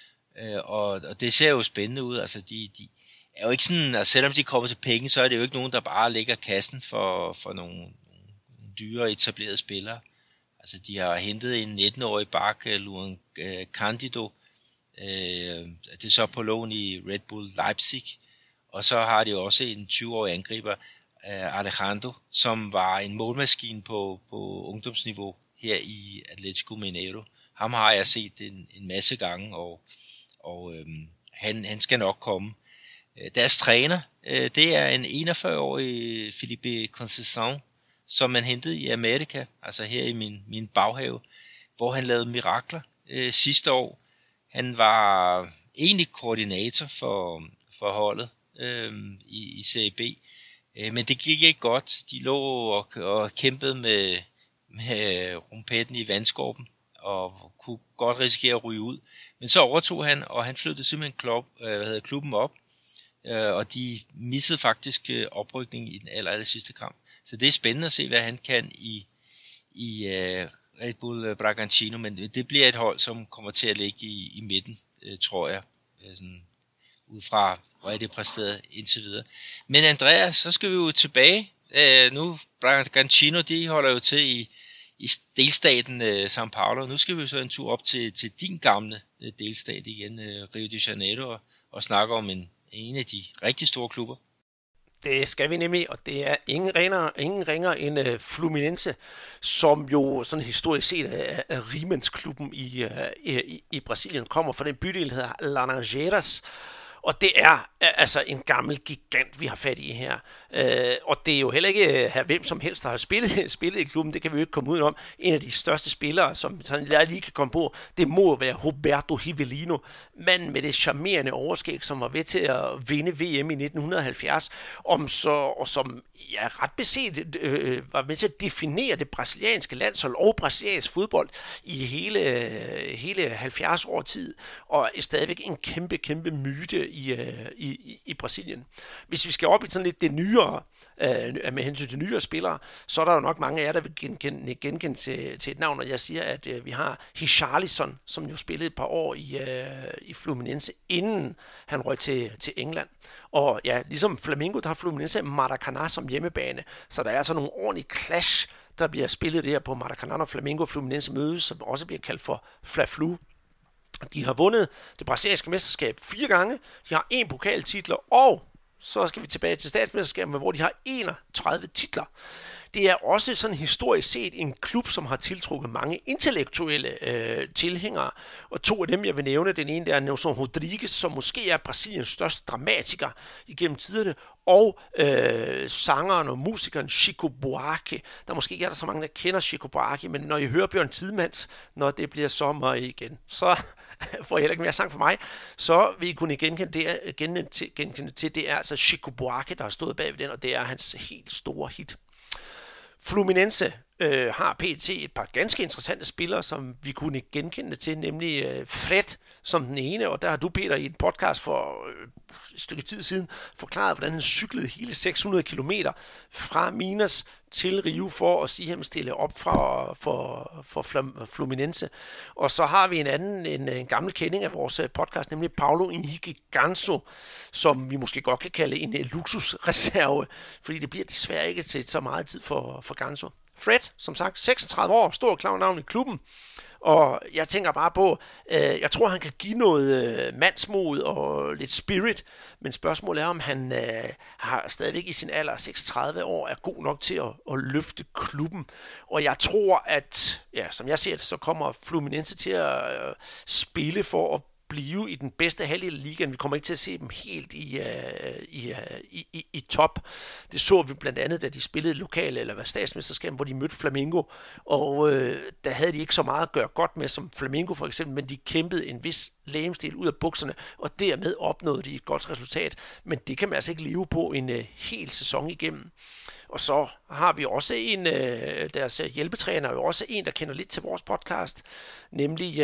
Og det ser jo spændende ud. Altså de er jo ikke sådan, altså selvom de kommer til penge, så er det jo ikke nogen, der bare lægger kassen for nogle dyre etablerede spillere. Altså de har hentet en 19-årig bak, Luan Candido, det er så på lån i Red Bull Leipzig, og så har de jo også en 20-årig angriber, Alejandro, som var en målmaskine på ungdomsniveau her i Atlético Mineiro. Ham har jeg set en masse gange, og han skal nok komme. Deres træner, det er en 41-årig Felipe Conceição, som man hentede i Amerika, altså her i min baghave, hvor han lavede mirakler sidste år. Han var egentlig koordinator for holdet i Serie B, men det gik ikke godt. De lå og kæmpede med rumpetten i vandskorpen og kunne godt risikere at ryge ud. Men så overtog han, og han flyttede simpelthen klubben op, og de missede faktisk oprykningen i den aller sidste kamp. Så det er spændende at se, hvad han kan i Red Bull Bragantino, men det bliver et hold, som kommer til at ligge i midten, tror jeg, sådan, ud fra, hvor er det præsteret indtil videre. Men Andreas, så skal vi jo tilbage. Nu, Bragantino, de holder jo til i delstaten São Paulo. Nu skal vi så en tur op til din gamle delstat igen, Rio de Janeiro, og snakke om en af de rigtig store klubber. Det skal vi nemlig, og det er ingen ringer end Fluminense, som jo sådan historisk set er rimandsklubben i Brasilien, kommer fra den bydel, der hedder Laranjeiras. Og det er altså en gammel gigant, vi har fat i her. Og det er jo heller ikke hvem som helst, der har spillet i klubben. Det kan vi jo ikke komme ud om. En af de største spillere, som jeg lige kan komme på, det må være Roberto Rivelino. Manden med det charmerende overskæg, som var ved til at vinde VM i 1970. Og som ret beset var med til at definere det brasilianske landshold og brasiliansk fodbold i hele 70 år tid. Og er stadigvæk en kæmpe myte i Brasilien. Hvis vi skal op i sådan lidt det nyere, med hensyn til nyere spillere, så er der jo nok mange af jer, der vil genkende til et navn, og jeg siger, at vi har Richarlison, som jo spillede et par år i Fluminense, inden han røg til England. Og ja, ligesom Flamengo, der har Fluminense Maracanã som hjemmebane, så der er altså nogle ordentlige clash, der bliver spillet der på Maracanã, og Flamengo og Fluminense mødes, som også bliver kaldt for Fla-Flu. De har vundet det brasilianske mesterskab 4 gange, de har 1 pokaltitler, og så skal vi tilbage til statsmesterskabet, hvor de har 31 titler. Det er også sådan historisk set en klub, som har tiltrukket mange intellektuelle tilhængere, og 2 af dem, jeg vil nævne, den ene der er Nelson Rodrigues, som måske er Brasiliens største dramatiker igennem tiderne, og sangeren og musikeren Chico Buarque. Der måske ikke er der så mange, der kender Chico Buarque, men når I hører Bjørn Tidemans, når det bliver sommer igen, så får I heller ikke mere sang for mig, så vil I kunne genkende til, det er altså Chico Buarque, der har stået bag ved den, og det er hans helt store hit. Fluminense har pt. Et par ganske interessante spillere, som vi kunne genkende til, nemlig Fred som den ene, og der har du, Peter, i en podcast for et stykke tid siden forklaret, hvordan han cyklede hele 600 kilometer fra Minas til Rio for at sige, at han stille op for Fluminense. Og så har vi en gammel kending af vores podcast, nemlig Paulo Henrique Ganso, som vi måske godt kan kalde en luksusreserve, fordi det bliver desværre ikke til så meget tid for Ganso. Fred, som sagt, 36 år, stor klar navn i klubben, og jeg tænker bare på, jeg tror, han kan give noget mandsmod og lidt spirit, men spørgsmålet er, om han har stadigvæk i sin alder 36 år er god nok til at løfte klubben. Og jeg tror, at, ja, som jeg ser det, så kommer Fluminense til at spille for at blive i den bedste halvdel af ligaen. Vi kommer ikke til at se dem helt i top. Det så vi blandt andet, da de spillede lokale eller statsmesterskab, hvor de mødte Flamengo, og der havde de ikke så meget at gøre godt med som Flamengo for eksempel, men de kæmpede en vis legemsdel ud af bukserne, og dermed opnåede de et godt resultat. Men det kan man altså ikke leve på en hel sæson igennem. Og så har vi også en, deres hjælpetræner, jo også en, der kender lidt til vores podcast, nemlig,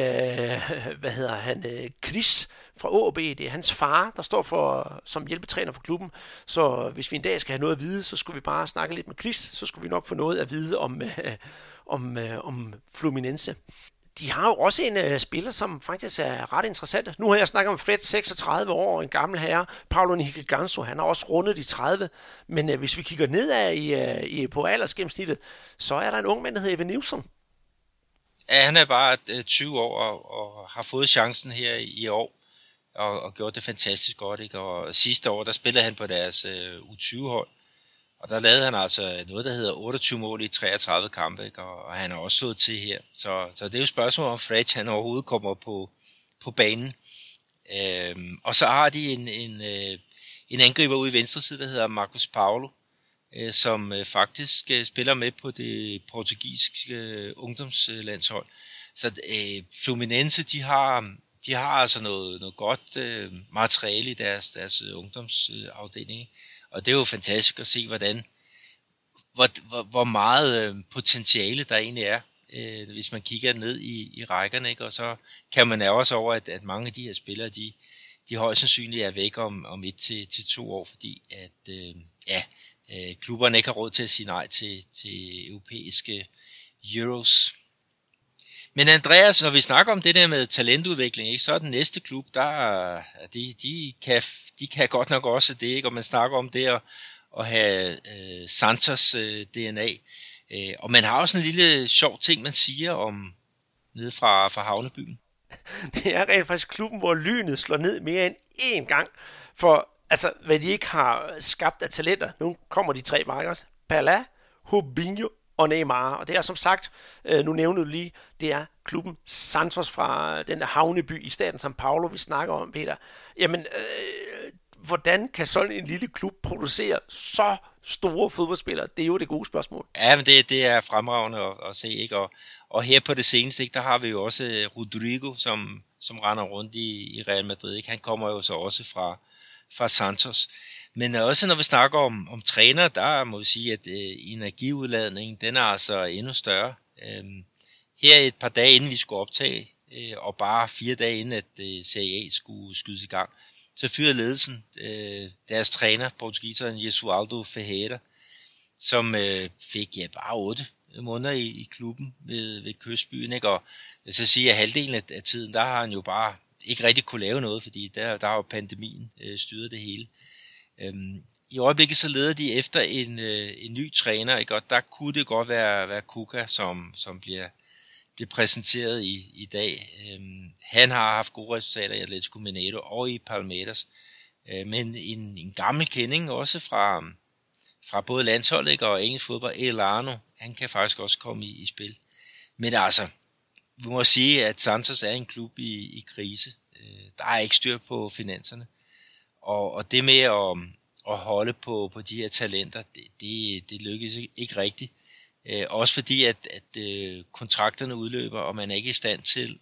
Chris fra AaB. Det er hans far, der står som hjælpetræner for klubben. Så hvis vi en dag skal have noget at vide, så skulle vi bare snakke lidt med Chris, så skulle vi nok få noget at vide om Fluminense. De har jo også en spiller, som faktisk er ret interessant. Nu har jeg snakket om Fred, 36 år, en gammel herre. Paulo Henrique Ganso, han har også rundet de 30. Men hvis vi kigger nedad på aldersgennemsnittet, så er der en ung mand, der hedder Evan Nilsson. Ja, han er bare 20 år og har fået chancen her i år og gjort det fantastisk godt. Ikke? Og sidste år, der spillede han på deres U20-hold. Og der lavede han altså noget, der hedder 28 mål i 33 kampe, ikke? Og han har også slået til her. Så det er jo et spørgsmål om Fred, han overhovedet kommer på banen. Og så har de en angriber ude i venstre side, der hedder Marcos Paulo, som faktisk spiller med på det portugisiske ungdomslandshold. Så Fluminense, de har altså noget godt materiale i deres ungdomsafdeling. Og det er jo fantastisk at se, hvor meget potentiale der egentlig er, hvis man kigger ned i rækkerne. Ikke? Og så kan man ærge sig over, at mange af de her spillere, de højst sandsynligt er væk om 1 til 2 år, fordi at klubberne ikke har råd til at sige nej til europæiske euros. Men Andreas, når vi snakker om det der med talentudvikling, ikke, så er den næste klub, de kan godt nok også det, ikke? Og man snakker om det at have Santos DNA. Og man har også en lille sjov ting, man siger om nede fra havnebyen. Det er rent faktisk klubben, hvor Lynet slår ned mere end én gang. For altså, hvad de ikke har skabt af talenter. Nu kommer de 3 markers. Pala, Robinho og Neymar. Og det er som sagt, nu nævnte du lige, det er klubben Santos fra den der havneby i staten São Paulo, vi snakker om, Peter. Jamen, hvordan kan sådan en lille klub producere så store fodboldspillere? Det er jo det gode spørgsmål. Ja, men det er fremragende at se, ikke? Og her på det seneste, ikke, der har vi jo også Rodrigo, som render rundt i Real Madrid, ikke? Han kommer jo så også fra Santos. Men også når vi snakker om træner, der må vi sige, at energiudladningen, den er altså endnu større. Her et par dage inden vi skulle optage, og bare 4 dage inden at Serie A skulle skydes i gang, så fyrede ledelsen deres træner, portugiseren Jesualdo Ferreira, som fik bare 8 måneder i klubben ved kystbyen. Ikke? Og jeg skal sige, at halvdelen af tiden, der har han jo bare ikke rigtig kunne lave noget, fordi der har jo pandemien styret det hele. I øjeblikket så leder de efter en ny træner, ikke? Og der kunne det godt være Cuca, som bliver præsenteret i dag. Han har haft gode resultater i Atlético Mineiro og i Palmeiras, men en gammel kending også fra både landsholdet, ikke? Og engelsk fodbold, Elano, han kan faktisk også komme i spil. Men altså, vi må sige, at Santos er en klub i krise. Der er ikke styr på finanserne. Og det med at holde på de her talenter, det lykkes ikke rigtigt. Også fordi, at kontrakterne udløber, og man er ikke i stand til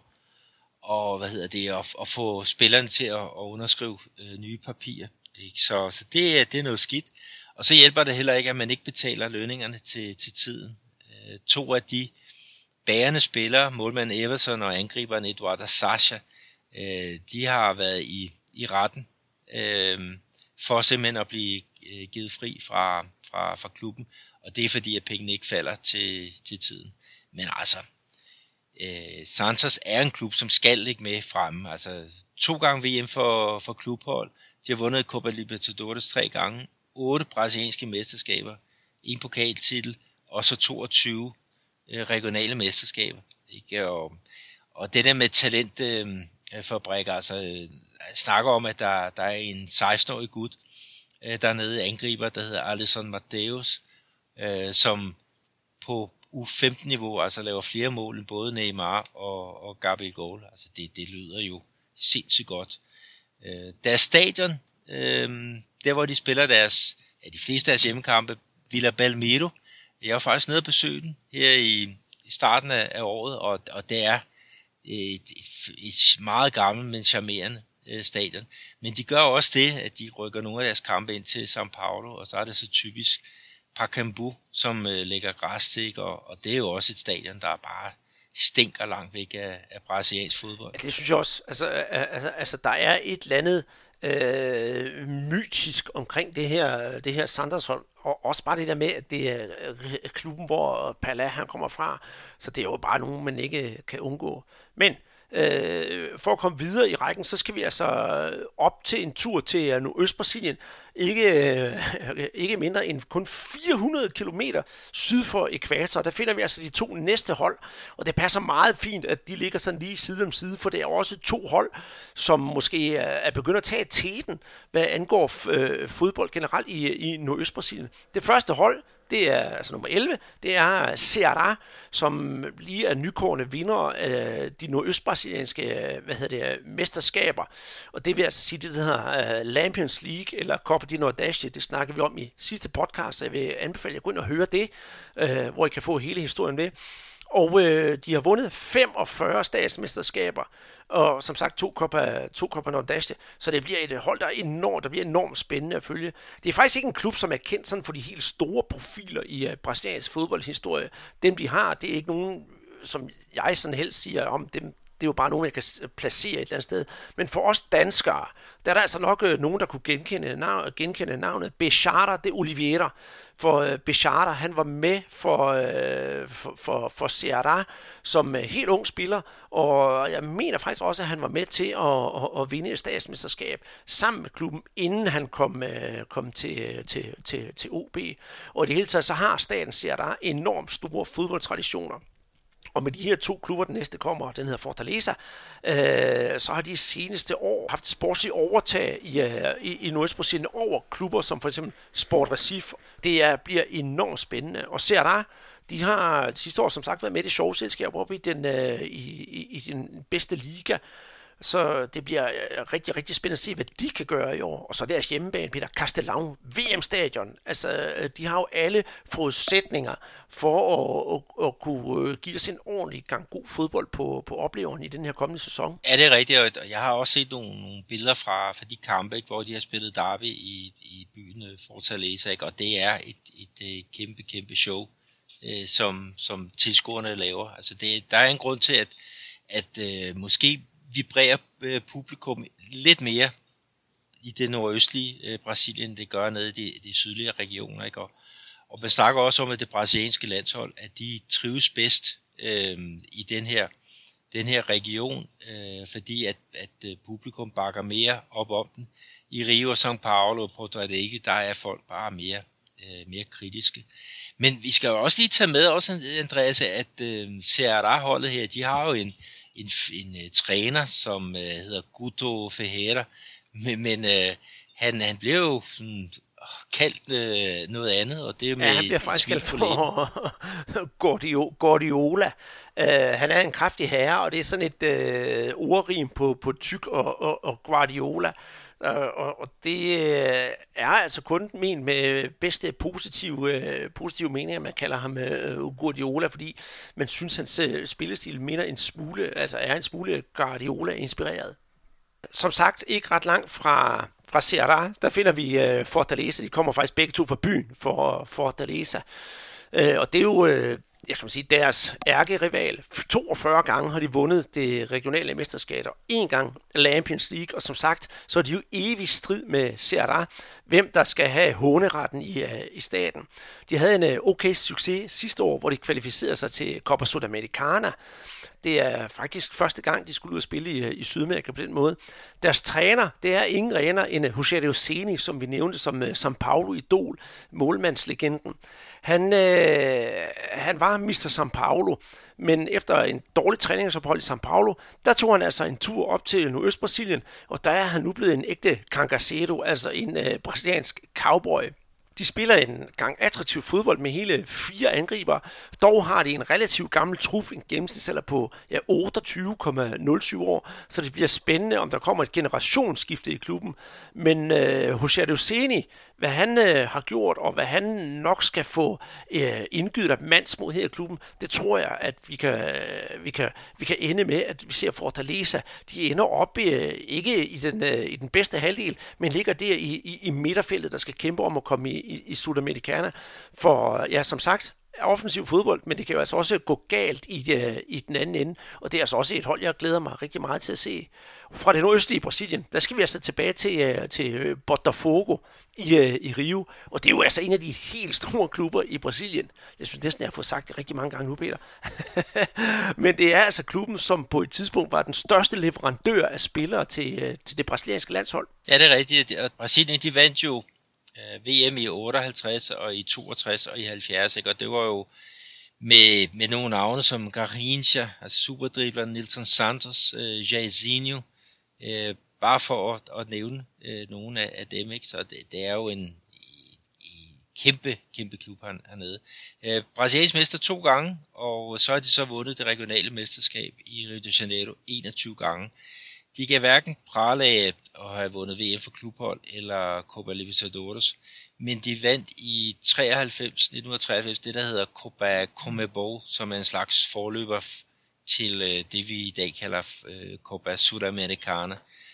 at få spillerne til at underskrive nye papirer. Ikke? Så det er noget skidt. Og så hjælper det heller ikke, at man ikke betaler lønningerne til tiden. 2 af de bærende spillere, målmanden Everson og angriberen Eduardo Sacha, de har været i retten for simpelthen at blive givet fri fra klubben, og det er fordi, at pengene ikke falder til tiden. Men altså, Santos er en klub, som skal ligge med fremme. Altså 2 gange VM for klubhold, de har vundet Copa Libertadores 3 gange, 8 brasilianske mesterskaber, 1 pokaltitel, og så 22 regionale mesterskaber. Ikke? Og det der med talentfabrikker, altså snakker om, at der er en 16-årig gut dernede, angriber, der hedder Alisson Mateus, som på U15-niveau altså laver flere mål end både Neymar og Gabriel Gol. Altså det lyder jo sindssygt godt. Deres stadion, der hvor de spiller de fleste af deres hjemmekampe, Villa Belmiro. Jeg var faktisk nede og besøge den her i starten af året, og det er et meget gammelt, men charmerende stadion. Men de gør også det, at de rykker nogle af deres kampe ind til São Paulo, og så er det så typisk Pacaembu, som lægger græs til, og det er jo også et stadion, der bare stinker langt væk af brasiliansk fodbold. Det synes jeg også. Altså der er et eller andet mytisk omkring det her Santos-hold, og også bare det der med, at det er klubben, hvor Pelé han kommer fra, så det er jo bare nogen, man ikke kan undgå. Men for at komme videre i rækken, så skal vi altså op til en tur til Nordøst-Brasilien, ikke mindre end kun 400 kilometer syd for ækvator. Der finder vi altså de to næste hold, og det passer meget fint, at de ligger sådan lige side om side, for det er også to hold, som måske er begyndt at tage teten, hvad angår fodbold generelt i Nordøst-Brasilien. Det første hold, det er altså nummer 11, det er Ceará, som lige er nykårende vinder af de nordøstbrasilianske mesterskaber. Og det vil altså sige, det hedder Lampions League, eller Copa do Nordeste, det snakker vi om i sidste podcast, så jeg vil anbefale jer at gå ind og høre det, hvor I kan få hele historien med. Og de har vundet 45 statsmesterskaber, og som sagt to Copa Nordeste, så det bliver et hold, der bliver enormt spændende at følge. Det er faktisk ikke en klub, som er kendt sådan for de helt store profiler i brasiliansk fodboldhistorie. Dem de har, det er ikke nogen, som jeg sådan helst siger om dem. Det er jo bare nogen, jeg kan placere et eller andet sted. Men for os danskere, der er der altså nok nogen, der kunne genkende navnet Bechara de Oliveira. For Bechara, han var med for Ceará som helt ung spiller, og jeg mener faktisk også, at han var med til at vinde et statsmesterskab sammen med klubben, inden han kom til OB. Og i det hele taget, så har staten Ceará enormt store fodboldtraditioner. Og med de her to klubber, den næste kommer, den hedder Fortaleza, så har de seneste år haft sportslig overtag i Nordøstbrasilien over klubber som for eksempel Sport Recife. Det bliver enormt spændende. Og Ceará, de har sidste år som sagt været med i showselskab oppe i den bedste liga. Så det bliver rigtig, rigtig spændende at se, hvad de kan gøre i år. Og så deres hjemmebane, Peter Castelão, VM-stadion. Altså, de har jo alle forudsætninger for at kunne give os en ordentlig gang god fodbold på opleveren i den her kommende sæson. Ja, det er rigtigt, og jeg har også set nogle billeder fra de kampe, ikke, hvor de har spillet derby i byen Fortaleza, ikke, og det er et kæmpe show, som tilskuerne laver. Altså, der er en grund til, at måske vibrerer publikum lidt mere i det nordøstlige Brasilien, det gør nede i de sydlige regioner, ikke? Og man snakker også om, at det brasilianske landshold, at de trives bedst i den her region, fordi at publikum bakker mere op om den. I Rio, São Paulo og Porto Alegre, der er folk bare mere kritiske. Men vi skal jo også lige tage med også, Andreas, at Ceará-holdet her, de har jo en træner, som hedder Guto Ferreira, men han blev jo sådan kaldt noget andet, og det er med han bliver faktisk kaldt for Guardiola. Han er en kraftig herre, og det er sådan et ordrim på tyk og Guardiola. Og det er altså kun men med bedste positive meninger, man kalder ham Guardiola, fordi man synes, hans spillestil minder er en smule Guardiola-inspireret. Som sagt, ikke ret langt fra Ceará, der finder vi Fortaleza. De kommer faktisk begge to fra byen for Fortaleza. Og det er jo jeg kan sige, deres ærkerival. 42 gange har de vundet det regionale mesterskab, og 1 gang Lampions League, og som sagt, så er de jo evig strid med Ceará, hvem der skal have håneretten i staten. De havde en okay succes sidste år, hvor de kvalificerede sig til Copa Sudamericana. Det er faktisk første gang, de skulle ud og spille i Sydamerika på den måde. Deres træner, det er ingen ringere end Rogério Ceni, som vi nævnte som São Paulo-idol, målmandslegenden. Han var Mr. São Paulo, men efter en dårlig træningsophold i São Paulo, der tog han altså en tur op til Nordøst-Brasilien, og der er han nu blevet en ægte cangaceiro, altså en brasiliansk cowboy. De spiller en gang attraktiv fodbold med hele 4 angribere. Dog har de en relativt gammel trup, en gennemsnitsalder på 28,07 år, så det bliver spændende, om der kommer et generationsskifte i klubben. Men Rogério Ceni hvad han har gjort, og hvad han nok skal få indgydet af mandsmod her i klubben, det tror jeg, at vi kan ende med, at vi ser Fortaleza, de ender op ikke i den bedste halvdel, men ligger der i midterfeltet, der skal kæmpe om at komme i Sudamericana. For ja, som sagt, offensiv fodbold, men det kan jo altså også gå galt i den anden ende, og det er altså også et hold, jeg glæder mig rigtig meget til at se. Fra det nordøstlige Brasilien, der skal vi altså tilbage til Botafogo i Rio, og det er jo altså en af de helt store klubber i Brasilien. Jeg synes næsten, jeg har fået sagt det rigtig mange gange nu, Peter. Men det er altså klubben, som på et tidspunkt var den største leverandør af spillere til det brasilianske landshold. Ja, det er rigtigt. Brasilien, de vandt jo VM i 58 og i 62 og i 70, ikke? Og det var jo med nogle navne som Garrincha, altså superdribleren, Nilton Santos, Jairzinho, bare for at nævne nogle af dem, ikke? Så det er jo en kæmpe klub hernede. Brasiliens mester 2 gange, og så har de så vundet det regionale mesterskab i Rio de Janeiro 21 gange. De kan hverken prale af at have vundet VM for klubhold eller Copa Libertadores, men de vandt i 1993 det, der hedder Copa Conmebol, som er en slags forløber til det, vi i dag kalder Copa Sudamericana.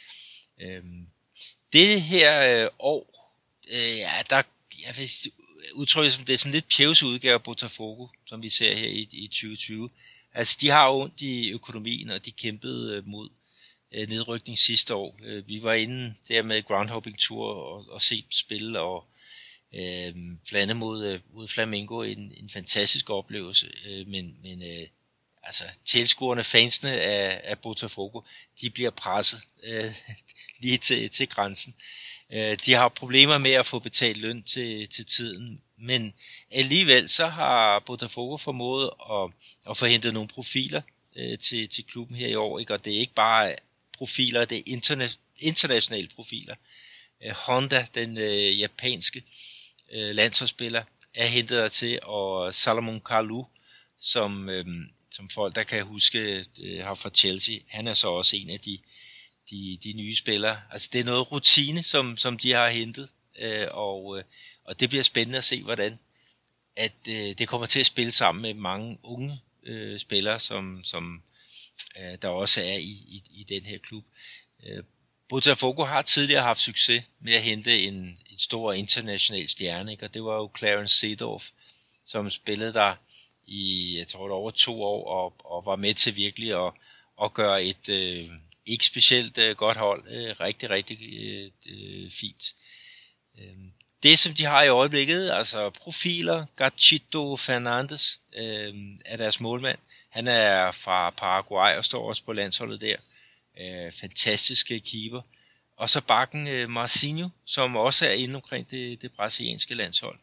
Det her år, jeg vil udtrykke som det er sådan lidt pjevseudgave af Botafogo, som vi ser her i 2020. Altså, de har ondt i økonomien, og de kæmpede mod nedrykning sidste år. Vi var inde der med Groundhopping Tour og set spil, og blandt andet mod Flamengo en fantastisk oplevelse, men altså tilskuerne, fansene af Botafogo, de bliver presset lige til grænsen. De har problemer med at få betalt løn til tiden, men alligevel så har Botafogo formået at få hentet nogle profiler til klubben her i år, ikke? Og det er ikke bare profiler, det er internationale profiler. Honda, den japanske landsholdsspiller, er hentet der til, og Salomon Kalou, som folk der kan huske har fra Chelsea, han er så også en af de nye spillere. Altså det er noget rutine, som de har hentet, og det bliver spændende at se, hvordan at det kommer til at spille sammen med mange unge spillere, som der også er i den her klub. Botafogo har tidligere haft succes med at hente en stor international stjerne, ikke? Og det var jo Clarence Seedorf, som spillede der i, jeg tror det over 2 år, og var med til virkelig at gøre et ikke specielt godt hold rigtig fint. Det som de har i øjeblikket, altså profiler, Gachito Fernandes er deres målmand. Han er fra Paraguay og står også på landsholdet der. Fantastiske keeper. Og så bakken Marcinho, som også er inde omkring det brasilianske landshold.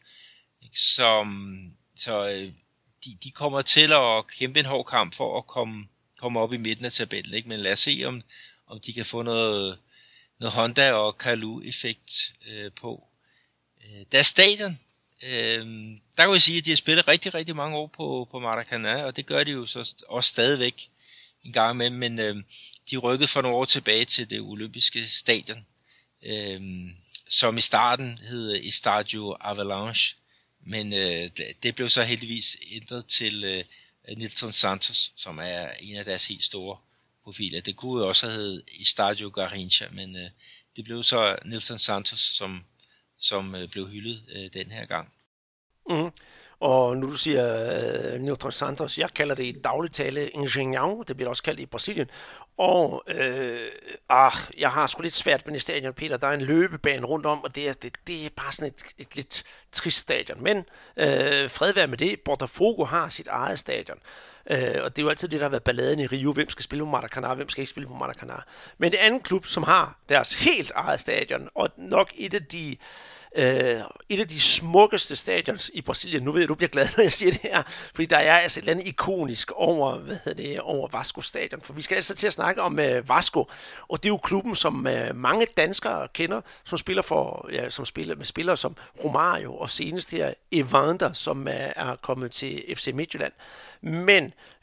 Så de kommer til at kæmpe en hård kamp for at komme op i midten af tabellen, ikke? Men lad os se, om de kan få noget Honda og Kalou-effekt på. Deres stadion, der kan vi sige, at de har spillet rigtig mange år på Maracanã, og det gør de jo så også stadigvæk en gang med, men de rykkede for nogle år tilbage til det olympiske stadion, som i starten hed Estadio Avalanche, men det blev så heldigvis ændret til Nilton Santos, som er en af deres helt store profiler. Det kunne jo også have heddet Estadio Garrincha, men det blev så Nilton Santos, som blev hyldet den her gang. Mm. Og nu du siger Nilton Santos, jeg kalder det i daglig tale Engenhão, det bliver også kaldt i Brasilien. Og jeg har sgu lidt svært med det stadion, Peter. Der er en løbebane rundt om, og det er bare sådan et lidt trist stadion. Men fred være med det, Botafogo har sit eget stadion. Og det er jo altid det, der har været balladen i Rio. Hvem skal spille på Maracanã, hvem skal ikke spille på Maracanã. Men det anden klub, som har deres helt eget stadion, og nok et af de smukkeste stadions i Brasilien. Nu ved jeg, du bliver glad, når jeg siger det her, fordi der er altså et eller andet ikonisk over Vasco Stadion. For vi skal altså til at snakke om Vasco, og det er jo klubben, som mange danskere kender, som spiller med spillere som Romario og senest her Evander, som er kommet til FC Midtjylland. Men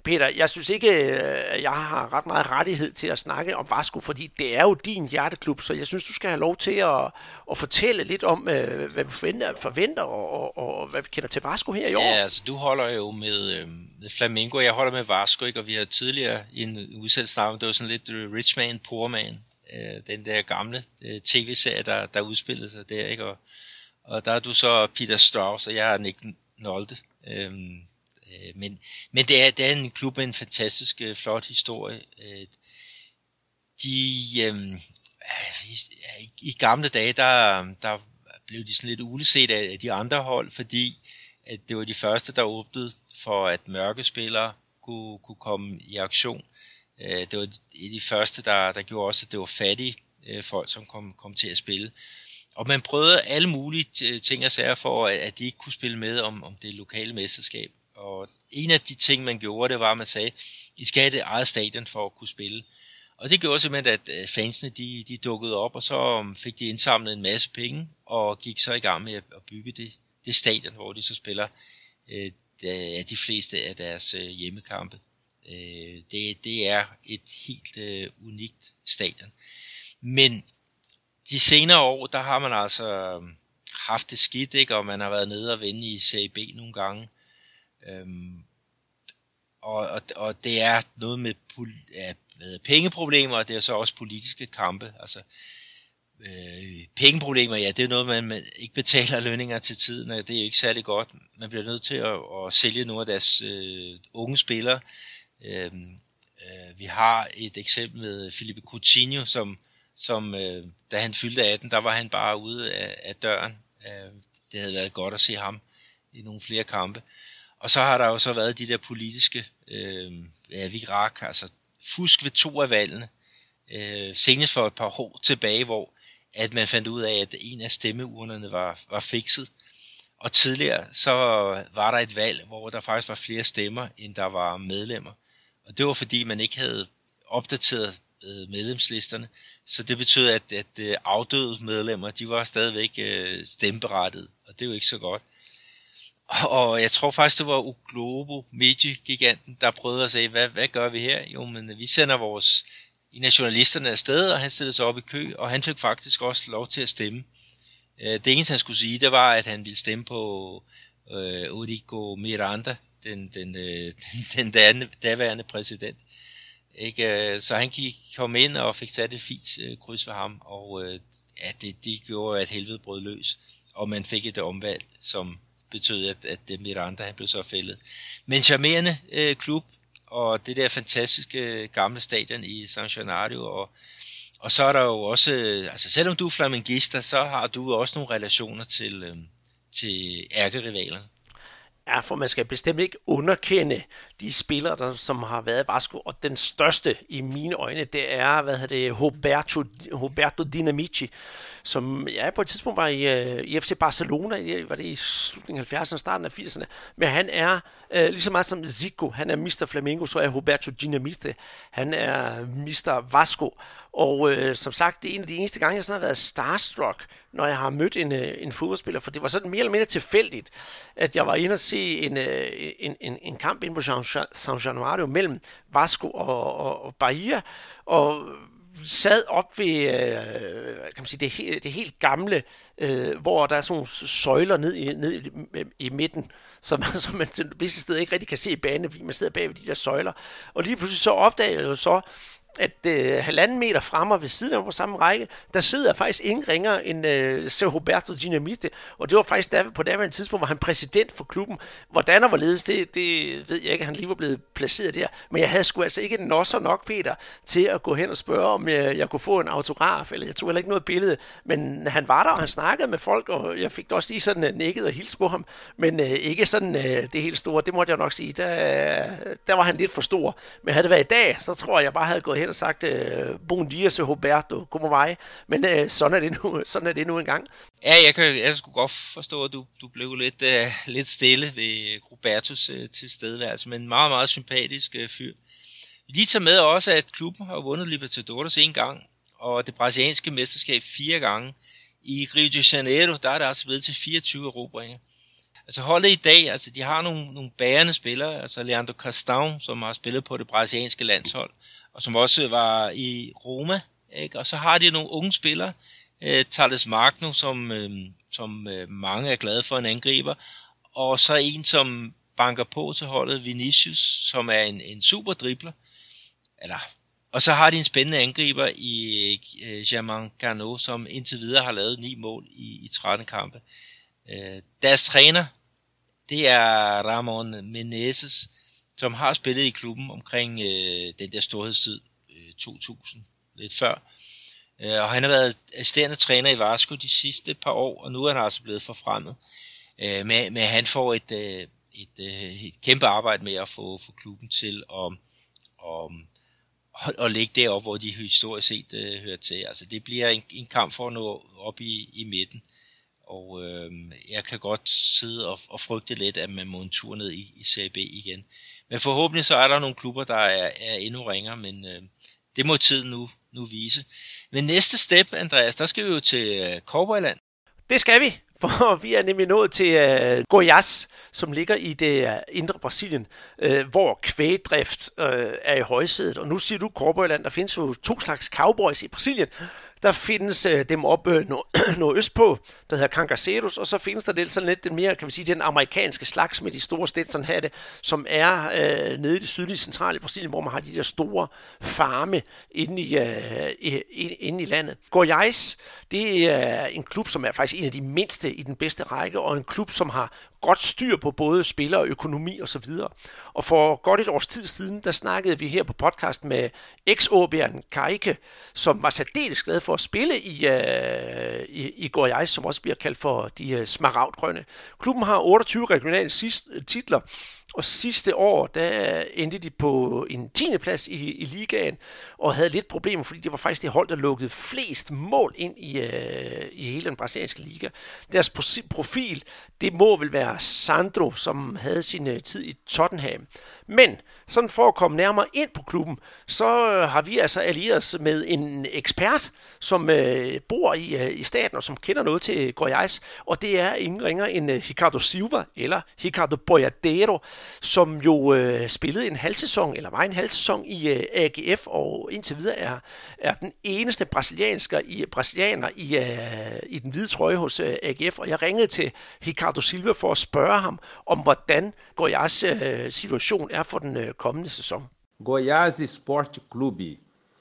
Peter, jeg synes ikke, at jeg har ret meget rettighed til at snakke om Vasco, fordi det er jo din hjerteklub, så jeg synes, du skal have lov til at fortælle lidt om, hvad vi forventer og hvad vi kender til Vasco her i år. Ja, altså du holder jo med Flamengo, jeg holder med Vasco, ikke? Og vi har tidligere i en udsendelse snakket, det var sådan lidt Rich Man, Poor Man, den der gamle tv-serie, der udspillede sig der, ikke? Og der er du så Peter Strauss, og jeg er Nick Nolte. Men det er en klub med en fantastisk flot historie. I gamle dage, der blev de sådan lidt uleset af de andre hold, fordi at det var de første, der åbnede for, at mørke spillere kunne komme i aktion. Det var de første, der gjorde også, at det var fattige folk, som kom til at spille. Og man prøvede alle mulige ting og sager for, at de ikke kunne spille med om det lokale mesterskab. Og en af de ting, man gjorde, det var, at man sagde, I skal have det eget stadion for at kunne spille. Og det gjorde simpelthen, at fansene de dukkede op, og så fik de indsamlet en masse penge, og gik så i gang med at bygge det stadion, hvor de så spiller de fleste af deres hjemmekampe. Det er et helt unikt stadion. Men de senere år, der har man altså haft det skidt, ikke? Og man har været nede og vende i Serie B nogle gange. Og det er noget med pengeproblemer, og det er så også politiske kampe. Altså pengeproblemer, ja, det er noget, man ikke betaler lønninger til tiden, og det er ikke særlig godt. Man bliver nødt til at sælge nogle af deres unge spillere. Vi har et eksempel med Felipe Coutinho, som da han fyldte 18, der var han bare ude af døren. Det havde været godt at se ham i nogle flere kampe. Og så har der jo så været de der politiske virak, altså fusk ved 2 af valgene. Senest for et par år tilbage, hvor at man fandt ud af, at en af stemmeurnerne var fikset. Og tidligere så var der et valg, hvor der faktisk var flere stemmer, end der var medlemmer. Og det var fordi, man ikke havde opdateret medlemslisterne. Så det betød, at afdøde medlemmer, de var stadigvæk stemmeberettigede. Og det er jo ikke så godt. Og jeg tror faktisk, det var Uglobo, mediegiganten, der prøvede at sige, hvad gør vi her? Jo, men vi sender en af journalisterne afsted, og han stillede sig op i kø, og han fik faktisk også lov til at stemme. Det eneste, han skulle sige, det var, at han ville stemme på Eurico Miranda, den daværende præsident. Ikke? Så han kom ind og fik sat et fint kryds for ham, og det gjorde, at helvede brød løs, og man fik et omvalg, som betød, at Miranda han blev så fældet. Men charmerende klub, og det der fantastiske gamle stadion i San Gennaro, og så er der jo også, altså selvom du er flamingista, så har du også nogle relationer til ærkerivalerne. Ja, for man skal bestemt ikke underkende de spillere, som har været i Vasco, og den største i mine øjne, det er, Roberto Dinamici, som på et tidspunkt var i FC Barcelona, var det i slutningen af 70'erne og starten af 80'erne, men han er lige så meget som Zico, han er Mr. Flamengo, så er Roberto Dinamite, han er Mr. Vasco, og som sagt, det er en af de eneste gange, jeg sådan har været starstruck, når jeg har mødt en fodboldspiller, for det var sådan mere eller mindre tilfældigt, at jeg var inde og se en kamp inde på San Januario mellem Vasco og Bahia, og sad op ved kan man sige, det helt gamle, hvor der er sådan nogle søjler ned i midten, som man til visse steder ikke rigtig kan se i banen, fordi man sidder bag ved de der søjler. Og lige pludselig så opdager jeg jo så, at 1,5 meter fremme ved siden af på samme række, der sidder faktisk ingen ringer end Roberto Dinamite, og det var faktisk på daværende tidspunkt, var han præsident for klubben. Hvordan og hvorledes, det ved jeg ikke, han lige var blevet placeret der, men jeg havde sgu altså ikke nosser nok, Peter, til at gå hen og spørge, om jeg kunne få en autograf, eller jeg tog heller ikke noget billede, men han var der, og han snakkede med folk, og jeg fik da også lige sådan nikket og hilse på ham, men ikke sådan det helt store, det måtte jeg nok sige, der var han lidt for stor, men havde det været i dag, så tror jeg bare havde gået hen og sagt, bon dia til Roberto, kommer vej, men sådan er det nu engang. Ja, jeg skulle godt forstå, at du blev lidt stille ved Robertos tilstedeværelse, men meget, meget sympatisk fyr. Vi lige tager med også, at klubben har vundet Libertadores 1 gang, og det brasilianske mesterskab 4 gange. I Rio de Janeiro, der er det altså blevet til 24 erobringer. Altså holdet i dag, altså de har nogle bærende spillere, altså Leandro Castan, som har spillet på det brasilianske landshold, og som også var i Roma, ikke? Og så har de nogle unge spillere, Thales Magno, som mange er glade for, en angriber, og så en, som banker på til holdet, Vinicius, som er en super dribler. Og så har de en spændende angriber i Germain Cano, som indtil videre har lavet 9 mål i 13 kampe. Deres træner, det er Ramon Menezes, som har spillet i klubben omkring den der storhedstid 2000, lidt før. Og han har været assisterende træner i Vasco de sidste par år, og nu er han altså blevet forfremmet. Men han får et kæmpe arbejde med at få klubben til at ligge deroppe, hvor de historisk set hører til. Altså det bliver en kamp for at nå op i midten. Og jeg kan godt sidde og frygte lidt, at man må en tur ned i Serie B igen. Men forhåbentlig så er der nogle klubber, der er endnu ringere, men det må tiden nu vise. Men næste step, Andreas, der skal vi jo til Cowboyland. Det skal vi, for vi er nemlig nået til Goiás, som ligger i det indre Brasilien, hvor kvægdrift er i højsædet. Og nu siger du Cowboyland, der findes jo 2 slags cowboys i Brasilien. Der findes dem op nordøstpå, der hedder Cangaceiros, og så findes der sådan lidt den mere, kan vi sige, den amerikanske slags med de store Stetson-hatte, som er nede i det sydlige centrale Brasilien, hvor man har de der store farme inde i landet. Goiás, det er en klub, som er faktisk en af de mindste i den bedste række, og en klub, som har godt styr på både spillere, økonomi og så videre. Og for godt et års tid siden, der snakkede vi her på podcast med ex-åbæren Karikke, som var særdeles glad for at spille i Goiás, som også bliver kaldt for de smaragdgrønne. Klubben har 28 regionale titler, og sidste år, der endte de på en 10. plads i ligaen, og havde lidt problemer, fordi det var faktisk det hold, der lukkede flest mål ind i hele den brasilianske liga. Deres profil, det må vel være Sandro, som havde sin tid i Tottenham. Men sådan for at komme nærmere ind på klubben, så har vi altså allieret os med en ekspert, som bor i staten og som kender noget til Goiás, og det er ingen ringer end Ricardo Silva, eller Ricardo Boiadeiro, som jo spillede en halvsæson, eller var en halvsæson i AGF, og indtil videre er den eneste brasilianer i den hvide trøje hos AGF, og jeg ringede til Ricardo Silva for at spørge ham om, hvordan Goiás situation er for den kommende sæson. Goiás Esporte Clube.